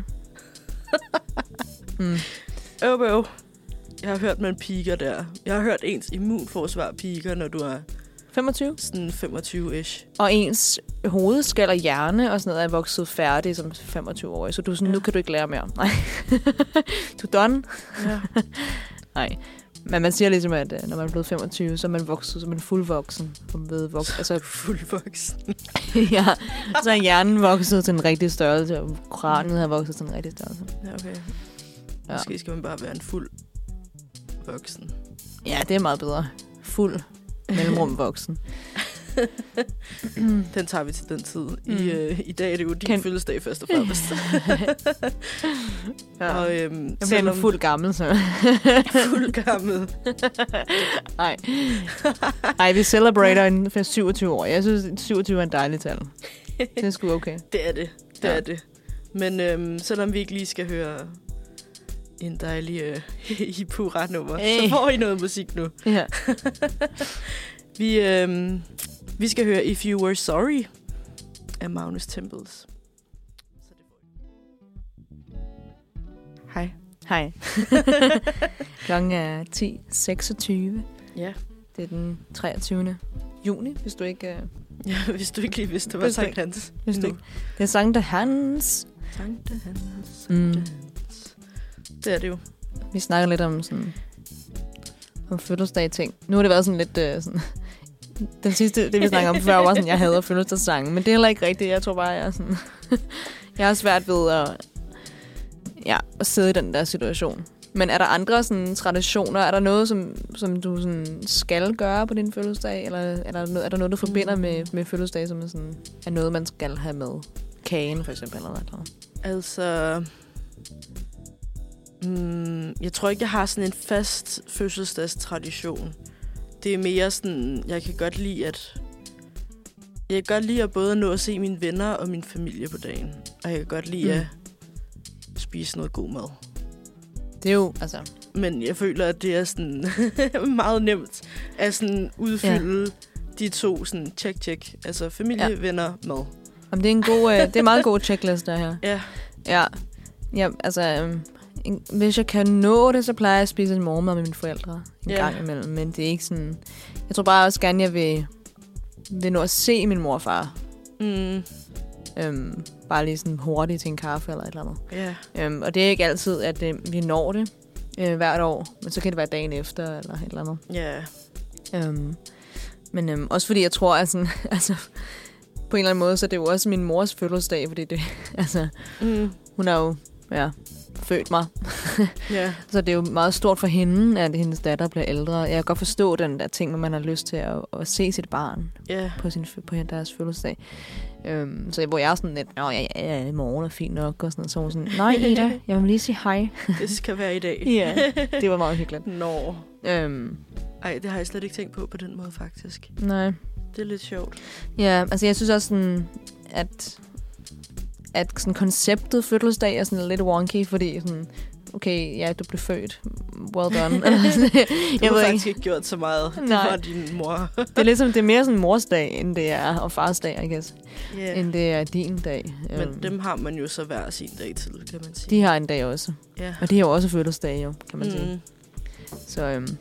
mm. Øv, øv. Jeg har hørt, man piker der. Jeg har hørt, ens immunforsvar piker, når du er femogtyve? Sådan femogtyve-ish. Og ens hovedskal og hjerne og sådan noget er vokset færdig som femogtyve-årig. Så du er sådan, ja. Nu kan du ikke lære mere. Nej. Du er done. Ja. Nej. Men man siger ligesom, at når man er blevet femogtyve, så er man vokset som en fuldvoksen. Ved voksen. Altså, fuldvoksen. Ja. Så er hjernen vokset til en rigtig størrelse, og kraniet har vokset til en rigtig størrelse. Ja, okay. Ja. Måske skal man bare være en fuld voksen. Ja, det er meget bedre. Fuld mellemrum voksen. Den tager vi til den tid. Mm. I, øh, I dag er det jo din Ken- fødselsdag først og fremmest. Ja. Og, øhm, jeg bliver en fuld gammel, så. Fuld gammel. Nej. Nej, vi celebrater en syvogtyve år. Jeg synes, syvogtyve er en dejlig tal. Det er sgu okay. Det er det. Det ja. er det. Men øhm, selvom vi ikke lige skal høre en dejlig øh, hipura-nummer, hey. Så får I noget musik nu. Ja. vi, øhm, vi skal høre If You Were Sorry af Magnus Tempels. Hej. Hej. Klokken er ti seksogtyve. Ja. Det er den treogtyvende juni, hvis du ikke... Uh... Ja, hvis du ikke lige vidste, det var Sankt Hans. Hvis du ikke. Det er Sankt Hans. Sankt Hans. Mm. Det er det jo. Vi snakker lidt om sådan om fødselsdag-ting. Nu har det været sådan lidt... Uh, sådan den sidste, det vi snakkede om før, var sådan, jeg hader fødselsdagssange. Men det er heller ikke rigtigt. Jeg tror bare, jeg er sådan... jeg har svært ved at... Ja, at sidde i den der situation. Men er der andre sådan, traditioner? Er der noget, som, som du sådan, skal gøre på din fødselsdag? Eller er der noget, er der noget du forbinder med, med fødselsdag, som er, sådan, er noget, man skal have med? Kagen, for eksempel? Eller noget? Altså... Mm, jeg tror ikke, jeg har sådan en fast fødselsdagstradition. Det er mere sådan... Jeg kan godt lide, at... Jeg kan godt lide at både nå at se mine venner og min familie på dagen. Og jeg kan godt lide mm. at spise noget god mad. Det er jo, altså... Men jeg føler, at det er sådan meget nemt at sådan udfylde ja. de to sådan check, check. Altså familie, ja. venner, mad. Jamen, det er en god, øh, det er meget god checklist, der her. Ja. Ja, ja altså... Øh, en, hvis jeg kan nå det, så plejer jeg at spise en morgenmad med mine forældre en ja. gang imellem. Men det er ikke sådan... Jeg tror bare også gerne, jeg vil, vil nå at se min mor og far. Mm. Øhm, bare lige sådan hurtigt til en kaffe eller et eller andet. Yeah. Øhm, og det er ikke altid, at øh, vi når det øh, hvert år. Men så kan det være dagen efter eller et eller andet. Ja. Yeah. Øhm, men øhm, også fordi jeg tror, at sådan, altså, på en eller anden måde, så er det jo også min mors fødselsdag. Fordi det, altså, mm. hun har jo ja, født mig. Yeah. Så det er jo meget stort for hende, at hendes datter bliver ældre. Jeg kan godt forstå den der ting, hvor man har lyst til at, at se sit barn yeah. på, sin, på deres fødselsdag. Um, så hvor jeg er sådan lidt, nå ja, ja, ja, i morgen er fint nok, og sådan, så sådan, nej Ida, jeg vil lige sige hej. Det skal være i dag. Ja, det var meget hyggeligt. Nå. Um, Ej, det har jeg slet ikke tænkt på på den måde, faktisk. Nej. Det er lidt sjovt. Ja, altså jeg synes også sådan, at, at sådan konceptet fødselsdag er sådan lidt wonky, fordi sådan, okay, ja, du blev født. well done. Du jeg har ved faktisk ikke. ikke gjort så meget. Det Nej. var din mor. Det er ligesom, det er mere sådan mors dag, end det er, og fars dag, I guess, Yeah. end det er din dag. Men Um, dem har man jo så hver sin dag til, kan man sige. de har en dag også. Ja. Og de har jo også fødselsdag, jo, kan man mm. sige. Mm. Så, um,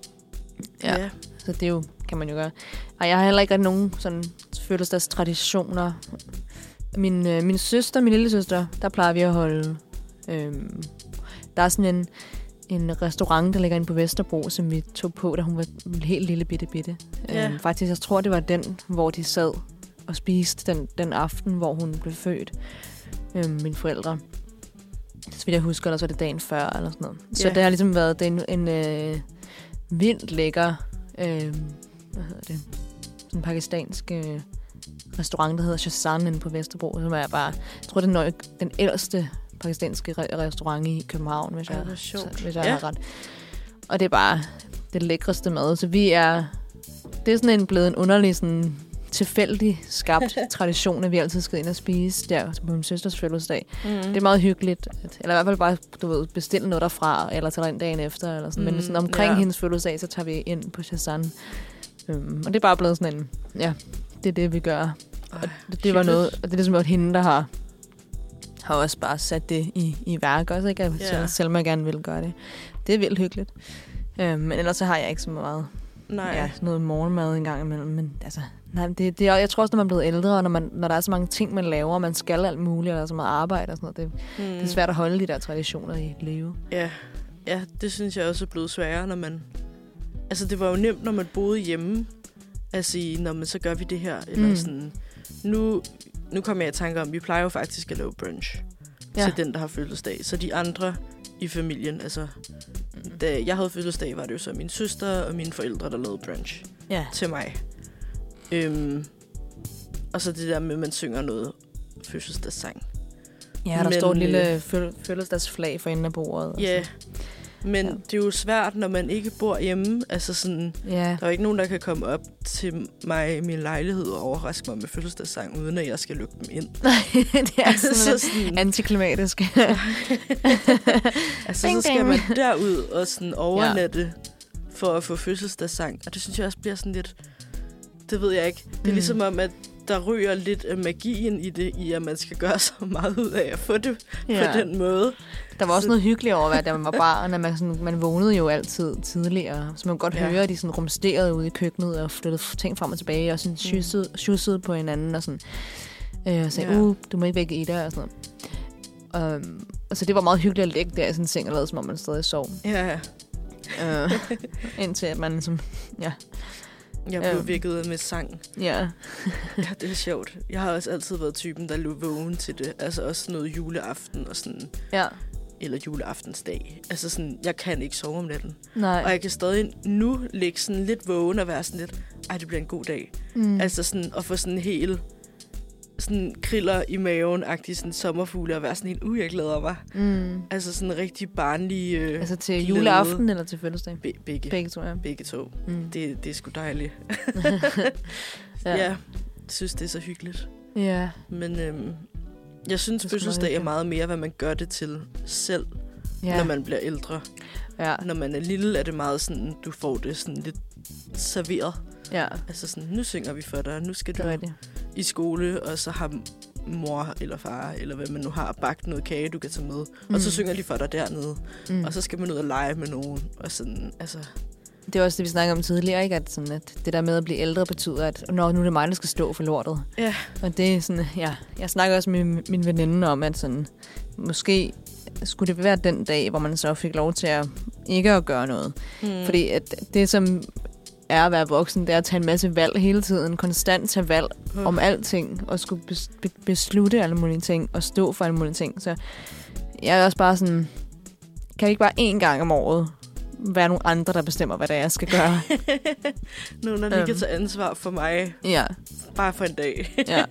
ja. Ja. Så det jo, kan man jo gøre. Ej, jeg har heller ikke rigtig nogen sådan fødselsdagstraditioner. Min, øh, min søster, min lille søster, der plejer vi at holde... Øhm, der er sådan en, en restaurant, der ligger inde på Vesterbro, som vi tog på, da hun var helt lille bitte bitte. Ja. Øhm, faktisk, jeg tror, det var den, hvor de sad og spiste den, den aften, hvor hun blev født. Øhm, mine forældre. Så vidt jeg husker, eller så var det dagen før, eller sådan noget. Så Ja. det har ligesom været det er en, en øh, vildt lækker... Øh, hvad hedder det? Sådan en pakistansk øh, restaurant, der hedder Shazan inde på Vesterbro, som er bare, jeg tror, det er nok den ældste pakistanske re- restaurant i København, hvis Ej, jeg, hvor sjovt. hvis jeg Ja. har ret. Og det er bare det lækreste mad. Så vi er, det er sådan en blevet en underlig, sådan tilfældig skabt tradition, at vi altid skal ind og spise der på min søsters fødselsdag. Mm. Det er meget hyggeligt. At, eller i hvert fald bare, du ved, bestille noget derfra, eller tage ind dagen efter, eller sådan. Mm, Men sådan omkring ja. hendes fødselsdag, så tager vi ind på Shazan. Um, og det er bare blevet sådan en, ja, det er det, vi gør. Ej, Og det, det var noget, og det er ligesom, at hende, der har, har også bare sat det i, i værk også, ikke? At Ja. selv, selv man gerne vil gøre det. Det er vildt hyggeligt. Um, men ellers så har jeg ikke så meget, Nej. ja, sådan noget morgenmad en gang imellem. Men altså, nej, det, det er, jeg tror også, når man er blevet ældre, og når, man, når der er så mange ting, man laver, og man skal alt muligt, og der er så meget arbejde og sådan noget, det, Mm. det er svært at holde de der traditioner i live. Ja. Ja, det synes jeg også er blevet sværere, når man... Altså, det var jo nemt, når man boede hjemme, at sige, når man så gør vi det her, eller Mm. sådan... Nu, nu kommer jeg i tanke om, vi plejer jo faktisk at lave brunch Ja. til den, der har fødselsdag. Så de andre i familien, altså... Mm. Da jeg havde fødselsdag, var det jo så min søster og mine forældre, der lavede brunch Ja. til mig. Øhm, og så det der med, at man synger noget fødselsdagssang. Ja, der Men, står et lille øh, føl- fødselsdagsflag for enden af bordet. og Ja, men Ja. ja. det er jo svært, når man ikke bor hjemme. Altså sådan, sådan. Ja. der er jo ikke nogen, der kan komme op til mig i min lejlighed og overraske mig med fødselsdagssang, uden at jeg skal lukke dem ind. det er sådan så, lidt sådan, antiklimatisk. altså, Ding, så skal ding. man derud og sådan overnatte ja. for at få fødselsdagssang. Og det synes jeg også bliver sådan lidt... Det ved jeg ikke. Det er Mm. ligesom om, at der ryger lidt af magien i det, i at man skal gøre så meget ud af at få det Ja. på den måde. Der var også Så- noget hyggeligt over, at da man var barn, at man, sådan, man vågnede jo altid tidligere. Så man kunne godt Ja. høre, at de sådan rumsterede ude i køkkenet og flyttede ting frem og tilbage og sådan sjussede, sjussede på hinanden og sådan. Øh, og sagde, Ja. uh, du må ikke vække Ida og sådan noget. Um, og så det var meget hyggeligt at ligge der i sådan en seng og lade, som om man stadig sov. Ja, Uh, indtil at man ligesom, ja. jeg blev Øhm. vækket med sang. Ja. Ja, det er sjovt. Jeg har også altid været typen, der lå vågen til det. Altså også noget juleaften og sådan, Ja. eller juleaftensdag. Altså sådan, jeg kan ikke sove om natten. Nej. Og jeg kan stadig nu ligge sådan lidt vågen og være sådan lidt, ej, det bliver en god dag. Mm. Mm. Altså sådan, at få sådan en hel sådan kriller i maven-agtig sådan sommerfugle og være sådan helt, uh, jeg glæder mig. Mm. Altså sådan en rigtig barnlig øh, Altså til glæde. juleaften eller til fødselsdag? Be- begge. Begge to, ja. Begge to. Mm. Det, det er sgu dejligt. ja. Ja. ja, jeg synes, det er så hyggeligt. Ja. Men øhm, jeg synes, Det er sgu fødselsdag meget er hyggeligt. meget mere, hvad man gør det til selv, Ja. når man bliver ældre. Ja. Når man er lille, er det meget sådan, du får det sådan lidt serveret. Ja. Altså sådan, nu synger vi for dig, nu skal Det du er rigtigt. i skole, og så har mor eller far, eller hvad man nu har, bagt noget kage, du kan tage med. Mm. Og så Mm. synger de for dig dernede. Mm. Mm. Og så skal man ud og lege med nogen. Og sådan, altså... Det er også det, vi snakkede om tidligere, ikke? At, sådan, at det der med at blive ældre betyder, at Nå, nu er det mig, der skal stå for lortet. Ja. Og det er sådan, ja. Jeg snakker også med min, min veninde om, at sådan, måske skulle det være den dag, hvor man så fik lov til at ikke at gøre noget. Mm. Fordi at det, som er at være voksen, det er at tage en masse valg hele tiden. Konstant tage valg Mm. om alting. Og skulle bes, be, beslutte alle mulige ting. Og stå for alle mulige ting. Så jeg er også bare sådan, kan vi ikke bare én gang om året være nogle andre, der bestemmer, hvad det er, jeg skal gøre? Nogen, der lige kan Øhm. tage ansvar for mig, Ja, bare for en dag. ja.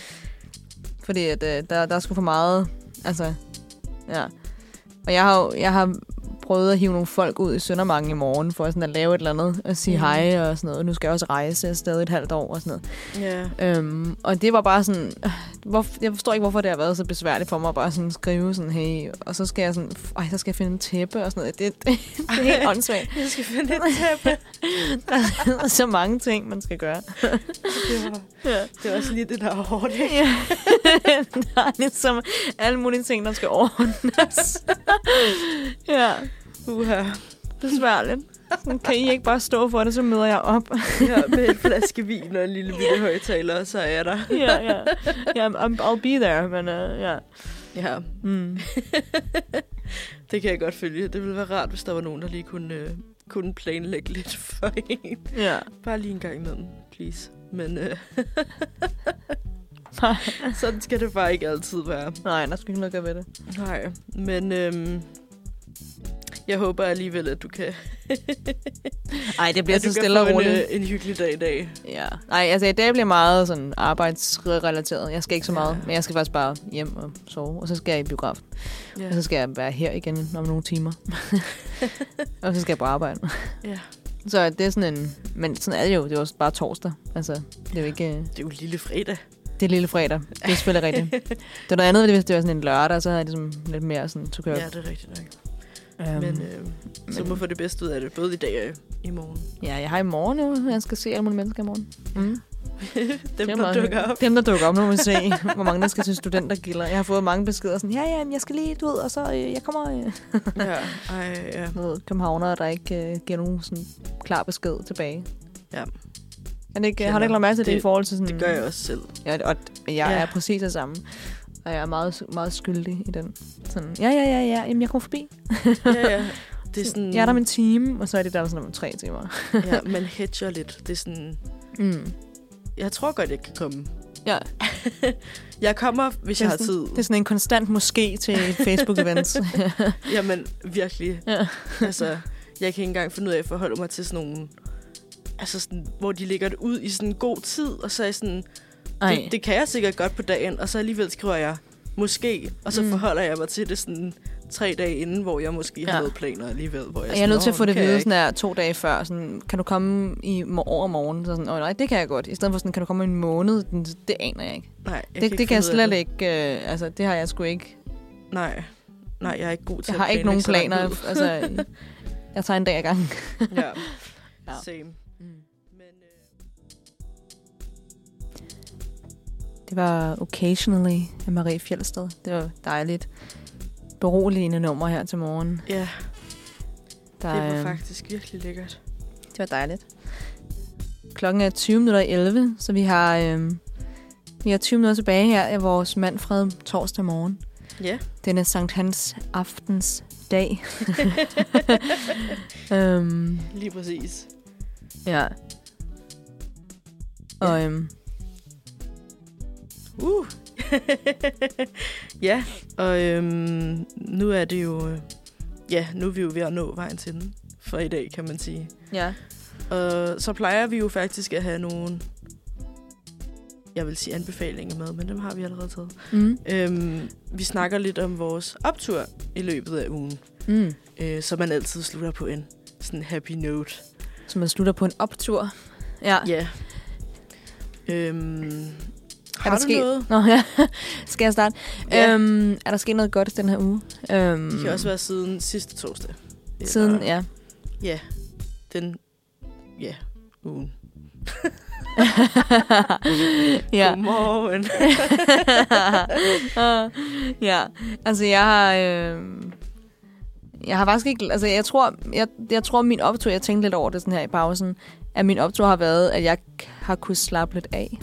Fordi at, øh, der, der er sgu for meget, altså, ja. Og jeg har, jo- jeg har prøvet at hive nogle folk ud i Søndermarken i morgen, for sådan at lave et eller andet, og sige Mm. hej og sådan noget. Nu skal jeg også rejse afsted et halvt år og sådan noget. Ja. Øhm, og det var bare sådan, øh, hvor, jeg forstår ikke, hvorfor det har været så besværligt for mig at bare sådan skrive sådan, hey, og så skal jeg sådan, ej, så skal jeg finde en tæppe og sådan noget. Det, det, det er helt åndssvagt. Jeg skal finde en tæppe. Der er så mange ting, man skal gøre. Det var, ja. det var også lige det, der var hårdt, ikke? Ja. Der er ligesom alle mulige ting, der skal ordnes. Ja. Uha. Besværligt. Kan I ikke bare stå for det, så møder jeg op. Ja, med en flaske vin og en lille bitte højtaler, så er jeg der. Ja, ja. Ja, I'll be there, men uh, ja. Ja. Mm. Det kan jeg godt følge. Det ville være rart, hvis der var nogen, der lige kunne, uh, kunne planlægge lidt for en. Ja. Bare lige en gang imellem, please. Men uh, sådan skal det bare ikke altid være. Nej, der skal ikke noget gøre ved det. Nej, men øhm, jeg håber alligevel, at du kan... Ej, det bliver så stille og roligt. En, en hyggelig dag i dag. Ja. Nej, altså i dag bliver meget sådan arbejdsrelateret. Jeg skal ikke så meget, ja. Men jeg skal faktisk bare hjem og sove. Og så skal jeg i biografen. Ja. Og så skal jeg være her igen om nogle timer. Og så skal jeg på arbejde. Ja. Så det er sådan en... Men sådan er det jo. Det er også bare torsdag. Altså, det er jo ikke... Det er jo lille fredag. Det er lille fredag. Det er selvfølgelig rigtigt. Det er noget andet, hvis det var sådan en lørdag, så havde jeg ligesom lidt mere sådan to køre. Ja, det er rigtigt nok. Um, men øh, så må få det bedste ud af det, både i dag og i morgen. Ja, jeg har i morgen jo. Jeg skal se alle mulige mennesker i morgen. Mm. Dem, der dukker op. Dem, der dukker op, nu må vi se, hvor mange der skal til studentergilder. Jeg har fået mange beskeder sådan, ja, ja, jeg skal lige ud, og så øh, jeg kommer... Øh. ja, ej, ja. Noget københavnere, der ikke øh, giver nogen sådan klar besked tilbage. Ja. Jeg ikke, har du ikke lagt mærke til det, det i forhold til sådan... Det gør jeg også selv. Ja, og jeg ja. er præcis det samme. Og jeg er meget, meget skyldig i den. Sådan, ja, ja, ja, ja, jamen jeg kommer forbi. ja, ja. Det er sådan... Jeg er der om en time, og så er det der sådan om tre timer. ja, man hedger lidt. Det er sådan... Mm. Jeg tror godt, jeg kan komme. Ja. Jeg kommer, hvis jeg har tid. Det er sådan en konstant måske til Facebook-events. Jamen, virkelig. Ja. Altså, jeg kan ikke engang finde ud af at forholde mig til sådan nogle... Altså sådan, hvor de lægger det ud i sådan en god tid, og så er jeg sådan... Det, det kan jeg sikkert godt på dagen, og så alligevel skriver jeg måske, og så mm. forholder jeg mig til det sådan tre dage inden, hvor jeg måske ja. har noget planer alligevel. Hvor jeg, jeg er nødt til at få det videre sådan her, to dage før. Sådan, kan du komme i overmorgen? Så sådan, åh nej, det kan jeg godt. I stedet for sådan, kan du komme i en måned? Det, det aner jeg ikke. Nej, jeg det kan det ikke kan jeg slet ikke. Øh, altså, det har jeg sgu ikke. Nej, nej, jeg er ikke god til jeg at har ikke nogen planer. Altså, jeg tager en dag ad gangen. ja, ja, same. Det var Occasionally af Marie Fjeldsted. Det var dejligt. Beroligende nummer her til morgen. Ja, der, det var øh, faktisk virkelig lækkert. Det var dejligt. Klokken er tyve minutter i elleve, så vi har, øh, vi har tyve minutter tilbage her af vores Manfred torsdag morgen. Ja. Den er Sankt Hans aftens dag. um, Lige præcis. Ja. Og... Øhm, Uh. ja, og øhm, nu er det jo... Ja, nu er vi jo ved at nå vejen til den for i dag, kan man sige. Ja. Og så plejer vi jo faktisk at have nogle... Jeg vil sige anbefalinger med, men dem har vi allerede taget. Mm. Øhm, vi snakker lidt om vores optur i løbet af ugen. Mm. Øh, så man altid slutter på en sådan happy note. Så man slutter på en optur? Ja. Ja. Øhm... Har er der du sket noget? Nå, ja. Skal jeg starte? Ja. Øhm, er der sket noget godt den her uge? Øhm, det kan også være siden sidste torsdag. Siden, Eller, ja. Ja, den, ja, ugen. ja. Godmorgen. ja, altså jeg har... Øh, jeg har faktisk ikke... Altså jeg tror, jeg, jeg tror min optur, jeg tænkte lidt over det sådan her i pausen, at min optur har været, at jeg har kunnet slappe lidt af.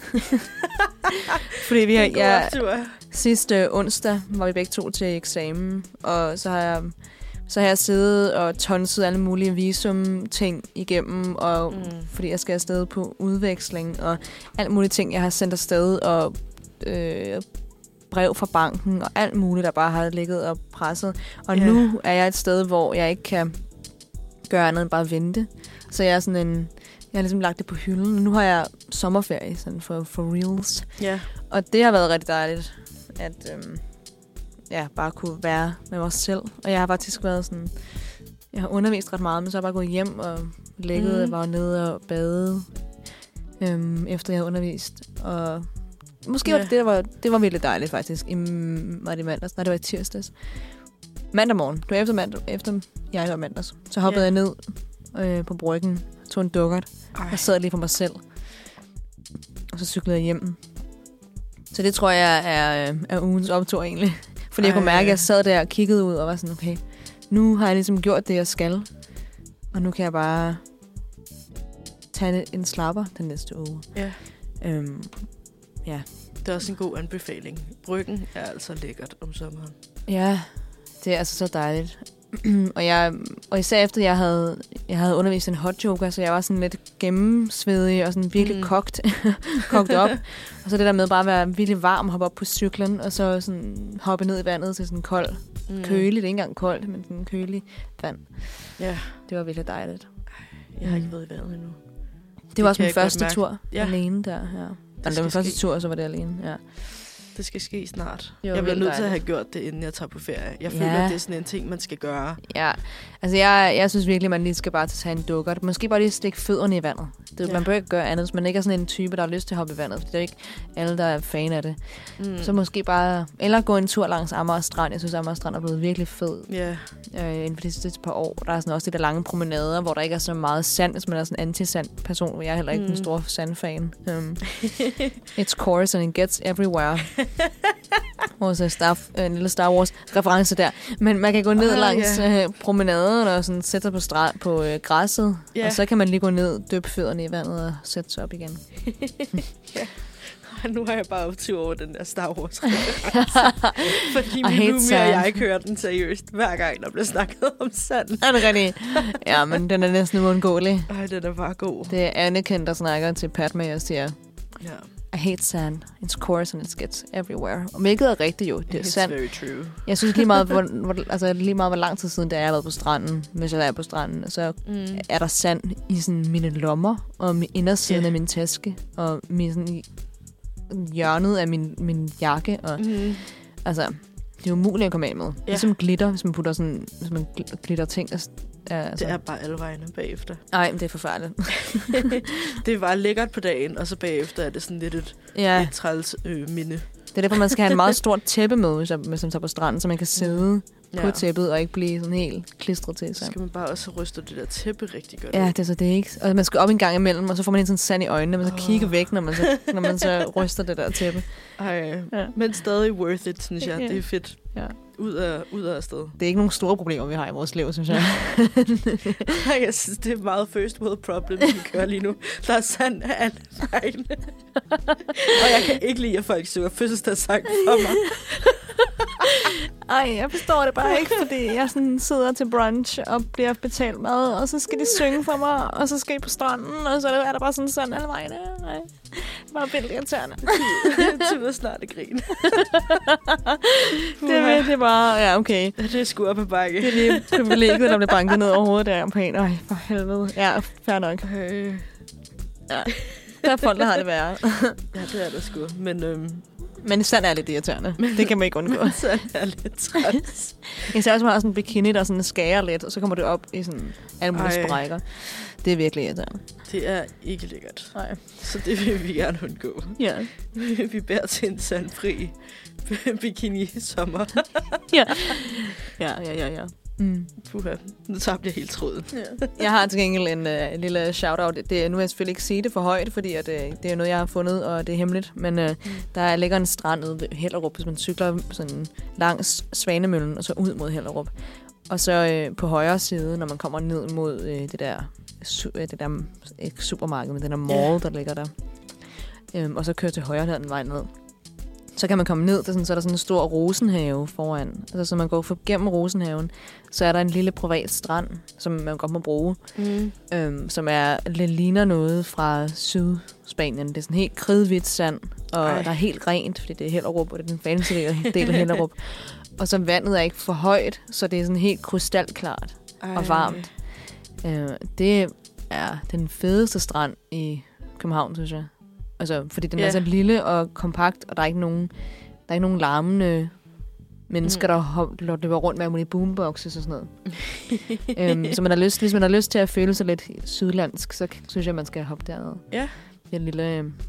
Fordi vi har... Ja, sidste onsdag var vi begge to til eksamen, og så har jeg... Så har jeg siddet og tonset alle mulige visum-ting igennem, og mm. fordi jeg skal afsted på udveksling, og alt mulige ting, jeg har sendt afsted, og øh, brev fra banken, og alt muligt, der bare har ligget og presset. Og yeah. nu er jeg et sted, hvor jeg ikke kan gøre andet end bare vente. Så jeg er sådan en... Jeg har ligesom lagt det på hylden. Nu har jeg sommerferie sådan for, for reals. Yeah. Og det har været rigtig dejligt, at... Øh, ja, bare kunne være med mig selv. Og jeg har faktisk været sådan... Jeg har undervist ret meget, men så har jeg bare gået hjem og ligget, mm. var nede og badet, øhm, efter jeg havde undervist. Og måske Ja. var det, det var, det var virkelig dejligt faktisk. I, var det mandags? Nej, det var i tirsdags. Mandag morgen. Det var efter, mandag, efter jeg var mandags. Så hoppede Ja. jeg ned øh, på bryggen, tog en dukkert, og sad lige for mig selv. Og så cyklede jeg hjem. Så det tror jeg er, er ugens optur egentlig. Fordi jeg kunne mærke, at jeg sad der og kiggede ud og var sådan, okay, nu har jeg ligesom gjort det, jeg skal. Og nu kan jeg bare tage en slapper den næste uge. Ja. Øhm, ja. Det er også en god anbefaling. Bryggen er altså lækkert om sommeren. Ja, det er altså så dejligt. og, jeg, og især efter, jeg havde, jeg havde undervist en hot yoga, så jeg var sådan lidt gennemsvedig og sådan virkelig mm. kogt, kogt op. Og så det der med bare at være virkelig varm, hoppe op på cyklen, og så sådan hoppe ned i vandet til sådan kold, mm. kølig. Det er ikke engang koldt, men sådan kølig vand. Ja. Det var virkelig dejligt. Jeg har ikke været i vandet endnu. Det, det var også min første tur ja. alene der. Ja. Det var min første tur, så var det alene. Ja. Det skal ske snart. Jeg bliver nødt dejligt. til at have gjort det, inden jeg tager på ferie. Jeg ja. føler, at det er sådan en ting, man skal gøre. Ja, altså jeg, jeg synes virkelig, man lige skal bare tage en dukkert. Måske bare lige stikke fødderne i vandet. Det, ja. Man bør ikke gøre andet, hvis man ikke er sådan en type, der har lyst til at hoppe i vandet. For det er ikke alle, der er fan af det. Mm. Så måske bare... Eller gå en tur langs Amager Strand. Jeg synes, Amager Strand er blevet virkelig fed. Ja. Øh, inden for de sidste par år. Der er sådan også de der lange promenader, hvor der ikke er så meget sand, hvis man er sådan en anti-sand-person. Og jeg er heller ikke mm. en stor sandfan. Um, it's coarse and it gets everywhere. Vores Star, en lille Star Wars reference der. Men man kan gå ned oh, langs yeah. øh, promenaden og sådan sætte sig på, stra- på øh, græsset. Yeah. Og så kan man lige gå ned, døbe fødderne i vandet og sætte sig op igen. ja. Nu har jeg bare optiv over den der Star Wars reference. Fordi min roomie og jeg kører den seriøst hver gang, der bliver snakket om sand. Er det rigtigt? Ja, men den er næsten uundgåelig. Ej, den er bare god. Det er Anakin, der snakker til Padme og siger... Ja. I hate sand. It's coarse and it gets everywhere. Og hvilket er rigtigt jo. Det er It's sand. very true. Jeg synes lige meget, hvor, hvor, altså lige meget, hvor lang tid siden, da jeg har været på stranden, hvis jeg er på stranden, så mm. er der sand i sådan mine lommer, og min indersiden yeah. af min taske, og min, sådan, hjørnet af min, min jakke. Og, mm. Altså, det er umuligt at komme af med. Yeah. Ligesom glitter, hvis man putter sådan, hvis man glitter ting. Altså, det er bare alle vegne bagefter. Nej, men det er forfærdeligt. Det er bare lækkert på dagen, og så bagefter er det sådan lidt et, ja. et træls øh, minde. Det er derfor, man skal have en meget stort tæppe med, hvis man tager på stranden, så man kan sidde ja. på tæppet og ikke blive sådan helt klistret til. Så skal man bare også ryste det der tæppe rigtig godt. Ja, det er så det ikke. Og man skal op en gang imellem, og så får man en sådan sand i øjnene, og man så oh. kigger væk, når man så, når man så ryster det der tæppe. Ej, ja. Men stadig worth it, synes jeg. Det er fedt. Ja. Ud af, ud af sted. Det er ikke nogle store problemer, vi har i vores liv, synes jeg. Jeg synes, det er meget first world problem, vi kører lige nu. Der er sand af alle vegne. Og jeg kan ikke lide, at folk søger fødselsdagssang for mig. Ej, jeg forstår det bare ikke, fordi jeg sådan sidder til brunch og bliver betalt mad, og så skal de synge for mig, og så skal de på stranden, og så er der bare sådan sand alle vegne. Nej, det er bare vildt irriterende. Det var snart at grine. Det er virkelig bare, ja, okay. Det er sgu op ad bakke. Det er lige privilegiet, der bliver banket ned over hovedet der på en. Ej, for helvede. Ja, fair nok. Øh. Ja, der er folk, der har det værre. Ja, det er der sgu. Men, øhm... Men sand er lidt irriterende. Det kan man ikke undgå. Sand er lidt træls. Jeg ser også, man har sådan en bikini, der sådan skærer lidt, og så kommer det op i sådan alle mulige sprækker. Det er virkelig irriterende. Det er ikke lækkert. Nej. Så det vil vi gerne undgå. Ja. Vi bærer til en sandfri bikini-sommer. Ja. Ja, ja, ja, ja. Mm. Puha, nu tabte jeg helt tråden. Ja. Jeg har til gengæld en, uh, en lille shout-out. Det, nu vil jeg selvfølgelig ikke sige det for højt, fordi at, uh, det er noget, jeg har fundet, og det er hemmeligt. Men uh, mm. der ligger en strand ude ved Hellerup, hvis man cykler sådan langs Svanemøllen, og så ud mod Hellerup. Og så uh, på højre side, når man kommer ned mod uh, det der, su- uh, det der ikke supermarked, men den der mall, yeah. der ligger der. Um, og så kører til højre den vej ned. Så kan man komme ned, så, sådan, så er der sådan en stor rosenhave foran. Altså, så man går for gennem rosenhaven, så er der en lille privat strand, som man godt må bruge, mm. øhm, som er lidt ligner noget fra Sydspanien. Det er sådan helt kridhvidt sand, og Ej. der er helt rent, fordi det er Hellerup, og det er den fancy del af Hellerup. Og så vandet er ikke for højt, så det er sådan helt krystalklart Ej. og varmt. Øh, det er den fedeste strand i København, synes jeg. Altså, fordi den yeah. er så lille og kompakt, og der er ikke nogen, der er ikke nogen larmende mennesker, mm. der hop, løber rundt med mulige boomboxes og sådan noget. øhm, så man har lyst, hvis man har lyst til at føle sig lidt sydlandsk, så synes jeg, man skal hoppe derned. Ja. Det er en lille,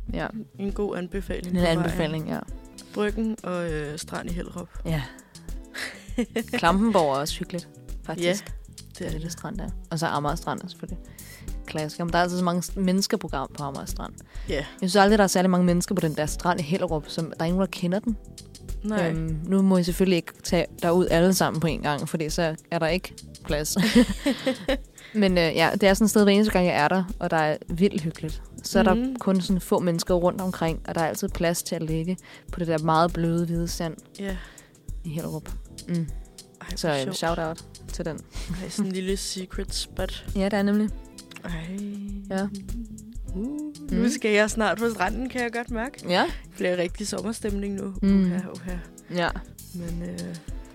Ja. En god anbefaling. En anbefaling, ja. Bryggen og øh, strand i Hellerup. Ja. Klampenborg er også hyggeligt, faktisk. Ja, det er det, det strand der. Og så Amager Strand er selvfølgelig klassiker. Men der er altså så mange mennesker på på Amager Strand. Ja. Jeg synes aldrig, der er særlig mange mennesker på den der strand i Hellerup, som der er ingen, der kender den. Nej. Øhm, nu må I selvfølgelig ikke tage derud alle sammen på en gang, fordi så er der ikke plads. Men øh, ja, det er sådan et sted, hver eneste gang jeg er der, og der er vildt hyggeligt. Så er Mhm. der kun sådan få mennesker rundt omkring, og der er altid plads til at ligge på det der meget bløde, hvide sand Ja. i Hellerup. Mm. Ej, Så hvor øh, sjovt. shout out til den. Ej, sådan en lille secret spot. Ja, det er nemlig. Ej. Ja. Uh, nu skal jeg snart på stranden, kan jeg godt mærke. Ja. Det bliver rigtig sommerstemning nu. Mm. Uha, uha. Ja. Men øh,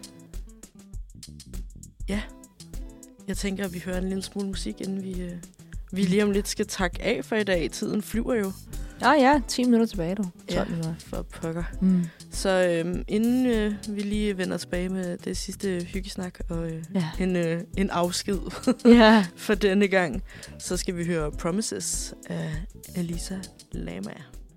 ja, jeg tænker, at vi hører en lille smule musik, inden vi, øh, vi lige om lidt skal takke af for i dag. Tiden flyver jo. Ah ja, ti minutter tilbage, du. tolv Ja. minutter. For pokker. Mm. Så øh, inden øh, vi lige vender tilbage med det sidste hyggesnak og øh, Ja. en, øh, en afsked Ja. for denne gang, så skal vi høre Promises af Elisa Lama.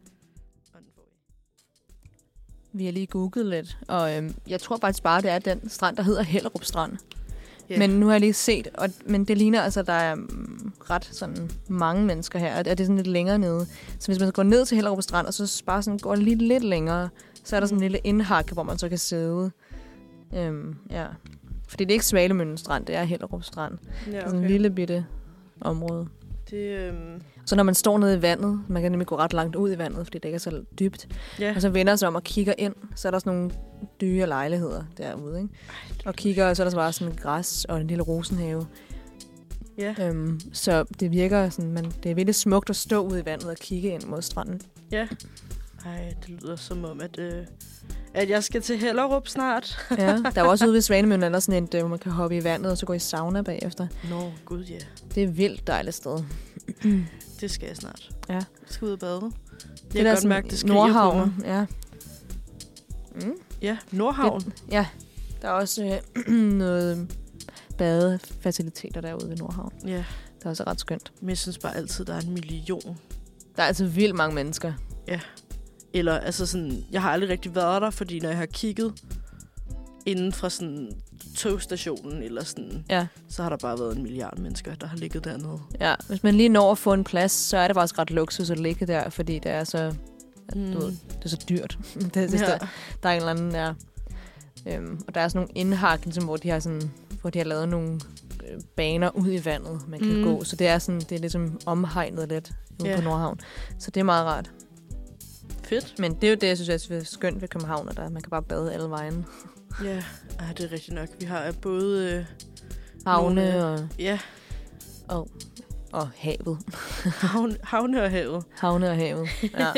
Vi har lige googlet lidt, og øhm, jeg tror faktisk bare, det er den strand, der hedder Hellerup Strand. Yeah. Men nu har jeg lige set, og, men det ligner altså, der er mm, ret sådan mange mennesker her, og det er sådan lidt længere nede. Så hvis man går ned til Hellerup Strand, og så bare sådan går lige lidt længere, så er der sådan en lille indhak, hvor man så kan sidde. Øhm, ja. Fordi det er ikke Svalemøllen Strand, det er Hellerup Strand. Ja, Det er sådan en lille bitte område. Det, øh, Så når man står nede i vandet, man kan nemlig gå ret langt ud i vandet, fordi det ikke er så dybt, ja. og så vender sig om og kigger ind, så er der sådan nogle dyre lejligheder derude, ikke? Og kigger, og så er der så bare sådan græs og en lille rosenhave. Ja. Øhm, så det virker sådan, men det er virkelig smukt at stå ude i vandet og kigge ind mod stranden. Ja. Ej, det lyder som om, at, øh, at jeg skal til Hellerup snart. Ja, der er jo også ude ved Svanemøllen, eller sådan et, hvor man kan hoppe i vandet og så gå i sauna bagefter. Nå, gud ja. Det er et vildt dejligt sted. Det skal jeg snart. Ja. Jeg skal ud og bade. Jeg Det kan der godt sådan mærke, det skriger Nordhavn, på mig. ja. Mm. Ja, Nordhavn. Det, ja, der er også øh, noget badefaciliteter derude ved Nordhavn. Ja, Det er også ret skønt. men jeg synes bare altid, der er en million. Der er altså vildt mange mennesker. Eller, altså sådan, jeg har aldrig rigtig været der, fordi når jeg har kigget inden fra sådan togstationen, eller sådan, Ja. så har der bare været en milliard mennesker, der har ligget dernede. Ja, hvis man lige når at få en plads, så er det faktisk ret luksus at ligge der, fordi det er så, mm. du ved, det er så dyrt. det, det, Ja. der, der er en eller anden der. Øhm, og der er sådan nogle indhak, ligesom, hvor de har sådan, hvor de har lavet nogle øh, baner ud i vandet, man kan Mm. gå. Så det er sådan, det er ligesom omhegnet lidt ude Ja. på Nordhavn. Så det er meget rart. Fedt. Men det er jo det, jeg synes er skønt ved København, at der, man kan bare bade alle vejen. Ja, Ej, det er rigtigt nok. Vi har både... Øh, Havne Nogle, og, ja, og, og havet. havne, havne og havet. Havne og havet. Ja.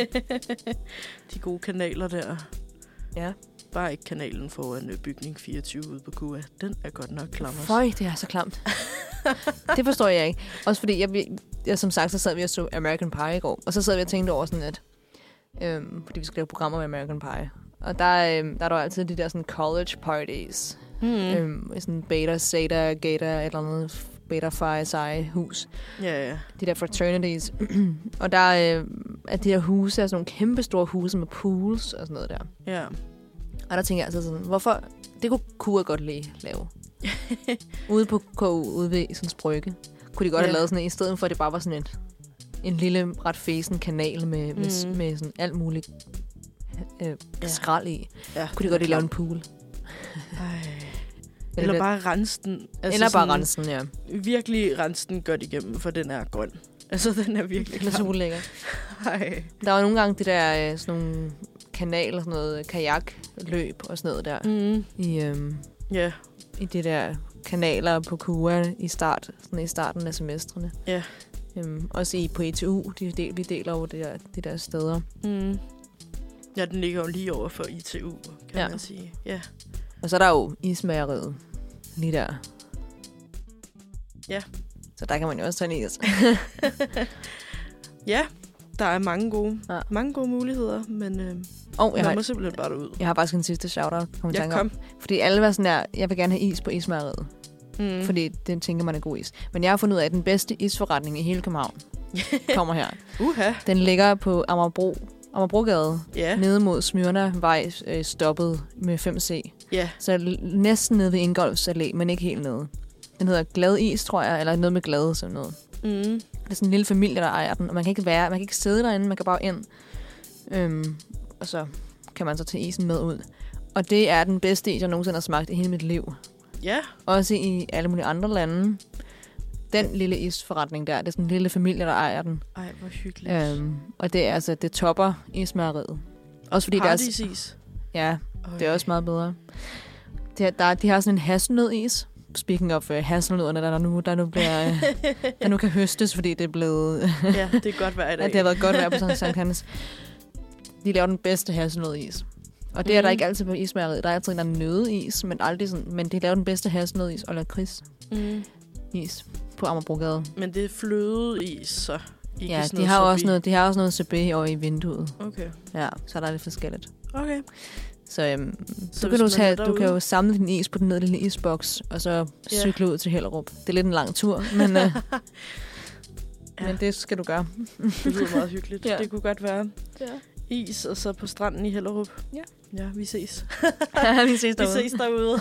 De gode kanaler der. Ja. Bare ikke kanalen foran øh, bygning fireogtyve ude på Q A. Den er godt nok klammer. Føj, det er så klamt. Det forstår jeg ikke. Også fordi, jeg, jeg, som sagt, så sad vi og så American Pie i går. Og så sad vi og tænkte over sådan, at øhm, fordi vi skal lave programmer med American Pie. Og der, øhm, der er der jo altid de der sådan college parties. Mm. Øhm, sådan beta, zeta, gata, et eller andet beta, phi, psi hus. Ja, ja. De der fraternities. Og der øh, er de her huse, er sådan nogle kæmpe store huse med pools og sådan noget der. Ja. Og der tænker jeg altså sådan, hvorfor... Det kunne Q A godt lige lave. Ude på K U, ude ved sådan en brygge, kunne de godt Ja. have lavet sådan en, i stedet for at det bare var sådan et, en lille ret fesen kanal med, mm. med, med sådan alt muligt øh, Ja. skrald i. Ja, Kunne de godt lige lave en pool. Ej. Eller, Eller bare rense den. Altså eller bare sådan rense den, ja. Virkelig rense den godt igennem, for den er grøn. Altså, den er virkelig Det er så klam. ulækker. Ej. Der var nogle gange det der, øh, sådan nogle kanaler, sådan noget kajakløb og sådan noget der. Mm. I, øhm, Ja, i de der kanaler på Q A i, start, sådan i starten af semestrene. ja. Øhm, også i på E T U, de del, vi deler over de der, de der steder. Mm. Ja, den ligger jo lige over for I T U, kan Ja. man sige. Ja. Og så er der jo ismageriet lige der. Ja. Så der kan man jo også tage en is. Ja, der er mange gode, Ja. mange gode muligheder, men øh, Og jeg man har, må simpelthen bare derud. jeg har faktisk en sidste shout-out. Kom Ja, kom. Fordi alle var sådan der, jeg vil gerne have is på ismageriet. Mm. Mm. Fordi den tænker man er god is. Men jeg har fundet ud af, at den bedste isforretning i hele København, kommer her. Uha. Den ligger på Amagerbro, Amagerbrogade, Ja. nede mod Smyrnavej, øh, stoppet med fem C. Ja. Så l- næsten nede ved Ingolfs Allé, men ikke helt nede. Den hedder Glad Is, tror jeg, eller noget med glade, sådan noget. Mm. Det er sådan en lille familie, der ejer den, og man kan ikke være, man kan ikke sidde derinde, man kan bare ind. Øhm, og så kan man så tage isen med ud. Og det er den bedste is, jeg nogensinde har smagt i hele mit liv. Ja. Også i alle mulige andre lande. Den lille isforretning der, det er sådan en lille familie, der ejer den. Ej, hvor hyggeligt. Øhm, og det er altså, det topper ismejeriet. Også fordi der er, Paradisis. ja, Okay. det er også meget bedre. Det er, der, de har sådan en hasselnød-is. Speaking of uh, hasselnødderne, der, der, nu, der, nu bliver, uh, der nu kan høstes, fordi det er blevet... Ja, det er godt vejr i dag. Ja, det har været godt vejr på sådan Sankt Hans. De laver den bedste hasselnød-is. Og det er Mhm. der ikke altid på ismejeriet. Der er altid en eller anden nøde-is, men aldrig sådan... Men de laver den bedste hasselnød-is og lakrids-is Mm. på Amagerbrogade. Men det er flødeis, så. Ikke Ja, sådan de noget har, også sorbet. noget, de har også noget sorbet over i vinduet. Okay. Ja, så er der lidt forskelligt. Okay. Så, øhm, Så så hvis kan du, man tage, er du derude- kan jo samle din is på den nede lille isboks, og så Ja. cykle ud til Hellerup. Det er lidt en lang tur, men, øh, Ja. men det skal du gøre. Det lyder meget hyggeligt. Ja. Det kunne godt være Ja. is, og så på stranden i Hellerup. Ja. Ja, vi ses. Vi ses Vi derude. ses derude.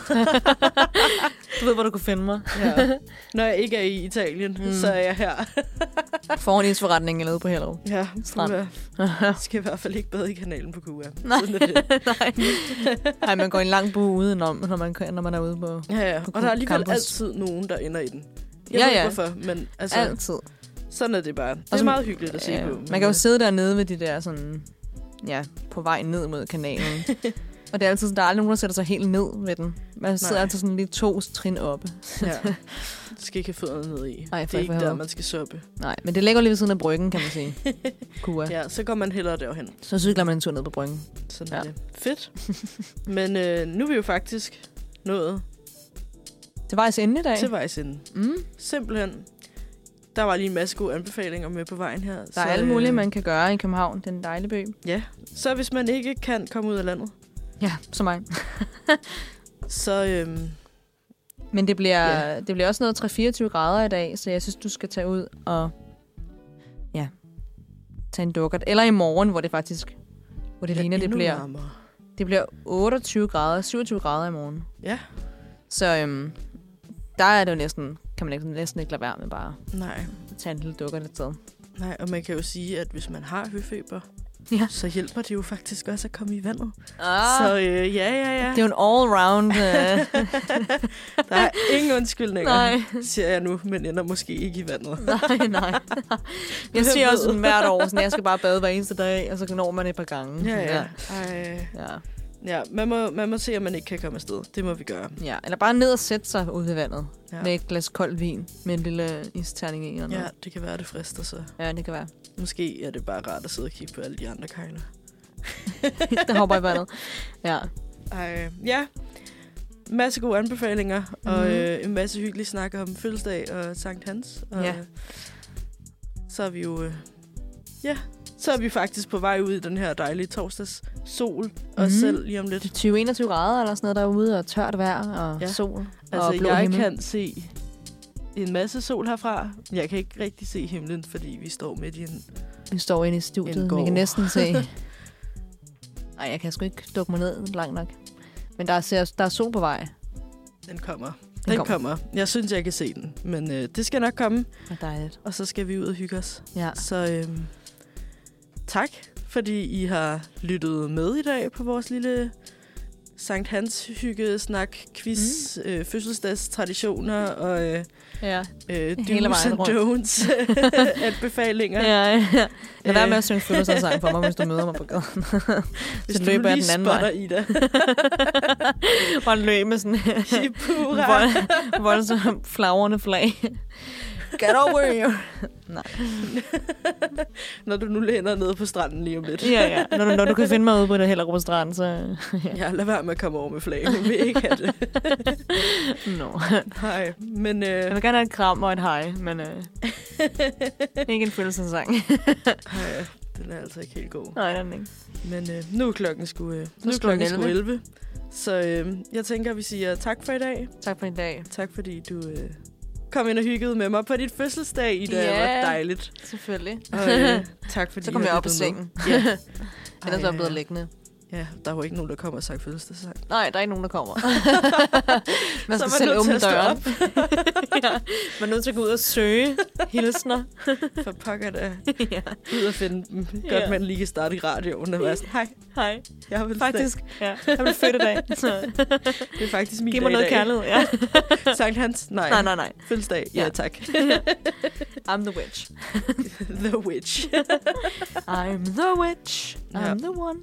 Du ved, hvor du kan finde mig. Ja. Når jeg ikke er i Italien, Mm. mm. så er jeg her. Foran isforretningen eller ude på Hellerup. Ja, Strand. jeg skal i hvert fald ikke bade i kanalen på Q R. Nej. Sådan er det. Nej. Nej, man går en lang bue udenom, når man, når man er ude på... Ja, ja. På Og der er alligevel campus. altid nogen, der ender i den. Jeg Ja, ved ja. ikke hvorfor, men altså, Altid. sådan er det bare. Det Og er så- meget hyggeligt at se Ja, på. man kan jo sidde dernede ved de der sådan... Ja, på vej ned mod kanalen. Og det er altid sådan, der er aldrig nogen, der sætter sig helt ned ved den. Man sidder Nej. altid sådan lige to trin oppe. Ja. Du skal ikke have fødderne ned i. Nej, det for er ikke helvede. der, man skal soppe. Nej, men det ligger lige ved siden af bryggen, kan man sige. Kua. Ja, så går man hellere derhen. Så cykler man en tur ned på bryggen. Sådan Ja. er det. Fedt. Men øh, nu er vi jo faktisk nået Det var altså inde i dag. til vejs ende. Mm. Simpelthen. Der var lige en masse gode anbefalinger med på vejen her. Der er alle mulige, man kan gøre i København. Det er en dejlig by. Ja, så hvis man ikke kan komme ud af landet, Ja, som mig. så øhm, Men det bliver, Ja. det bliver også noget tre til fireogtyve grader i dag, så jeg synes, du skal tage ud og ja, tage en dukkert. Eller i morgen, hvor det faktisk hvor det ja, ligner, det endnu bliver, varmere. det bliver otteogtyve grader, syvogtyve grader i morgen. Ja, Så øhm, der er det jo næsten, kan man ikke, næsten ikke lade være med bare nej. at tage en lille dukkert et sted. Nej, og man kan jo sige, at hvis man har høfeber, Ja. så hjælper det jo faktisk også at komme i vandet. Ah, Så øh, ja, ja, ja. det er jo en all-round... Øh, Der er ingen undskyldninger, nej, siger jeg nu, men ender måske ikke i vandet. nej, nej. Jeg siger også sådan hvert år, sådan, jeg skal bare bade hver eneste dag, og så når man et par gange. Ja, ja. Ej. ja. Ja, man må, man må se, om man ikke kan komme afsted. Det må vi gøre. Ja, eller bare ned og sætte sig ude ved vandet. Ja, Ja. Med et glas kold vin. Med en lille isterning i. Eller noget. ja det kan være, det frister så. Ja, det kan være. Måske er det bare rart at sidde og kigge på alle de andre kejler. Der hopper i vandet. Ja. Ej, ja. Masse gode anbefalinger, mm. og Mhm. øh, en masse hyggelige snak om fødselsdag og Sankt Hans. Og, Ja. øh, så er vi jo... Øh, ja, så er vi faktisk på vej ud i den her dejlige torsdags sol. Mm. Os Mhm. selv lige om lidt. tyve til enogtyve grader eller sådan noget derude, og tørt vejr og Ja. ja. sol Altså, og blå jeg himmel. kan se en masse sol herfra. Jeg kan ikke rigtig se himlen, fordi vi står midt i en... Vi står inde i En studiet. gård. Vi kan næsten se... Nej, jeg kan sgu ikke dukke mig ned langt nok. Men der er, der er sol på vej. Den kommer. Den, Den den kommer. kommer. Jeg synes, jeg kan se den. Men øh, det skal nok komme. Det er dejligt. Og så skal vi ud og hygge os. Ja. Så øhm, tak, fordi I har lyttet med i dag på vores lille Sankt Hans hygge snak quiz, mm. øh, fødselsdags traditioner og øh, Ja. øh, Hele do's vejen and rundt. don'ts anbefalinger. Ja, ja. Lad være Øh. med at synge fødselsdagssang for mig, hvis du møder mig på gaden. Hvis så du løber jeg lige den anden spotter vej. Ida. Og løb med sådan Hipura. vold, voldsomt flagrende flag. Get over you. Nej. Når du nu læner ned på stranden lige om lidt. Ja, ja. Når du, når du kan finde mig ude på det Hellerup på stranden, så... Ja. Ja, lad være med at komme over med flag. Hun vil ikke have det. No. Nej, men... Øh, Jeg vil gerne have et kram og et hej, men øh, ikke en fødselsdagssang. ej, den er altså ikke helt god. Nej, den er ikke. Men øh, nu er klokken sgu, øh, nu er slår klokken den sgu elleve. elleve. Så øh, jeg tænker, vi siger tak for i dag. Tak for i dag. Tak fordi du øh, kom ind og hyggede med mig på dit fødselsdag, Ida. Ja, det var dejligt. Selvfølgelig. Og, øh, tak fordi Så kom I jeg har op af lyttet med. sengen. Ja. Ellers Ej, var jeg blevet ja. liggende. Ja, der var ikke nogen, der kom og sang fødselsdagssang. Nej, der er ikke nogen, der kommer. Man skal Så er man selv nødt til åbne at stå døren. op. Ja, man er nødt til at gå ud og søge hilsner. For pokker da. Ja. Ud og finde dem. Godt, Ja. man lige kan starte i radioen og være sådan, hej, Hej. jeg har fødselsdag. Faktisk. Ja. Jeg blev født i dag. Så. Det er faktisk min Giv dag mig noget i dag. kærlighed. Ja. Sankt Hans? Nej. Nej, nej, nej. Fødselsdag? Ja, Ja. tak. I'm the witch. The Witch. I'm the witch. I'm Ja. the one.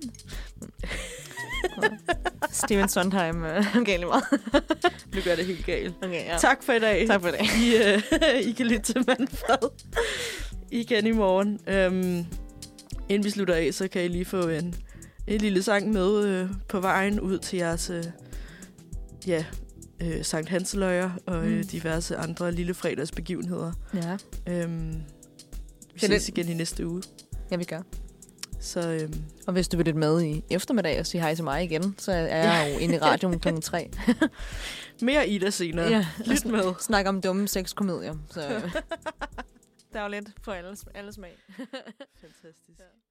Steven Sondheim uh, gav lige meget. Nu gør det helt galt. Okay, ja. Tak for i dag. Tak for det. I, uh, I kan lytte til Manfred igen i morgen. Um, inden vi slutter af, så kan I lige få en, en lille sang med uh, på vejen ud til jeres uh, ja, uh, Sankt Hanseløjer og uh, Mm. diverse andre lille fredagsbegivenheder. Ja, Um, vi Det er ses lidt- igen i næste uge. ja, vi gør. Så um, Og hvis du vil lytte med i eftermiddag og sige hej til mig igen, så er jeg jo inde i radioen klokken tre. mere Ida senere. Ja, Lyt med. Snak om dumme sexkomedier. Så der er jo lidt for alles, alles smag. Fantastisk. Ja.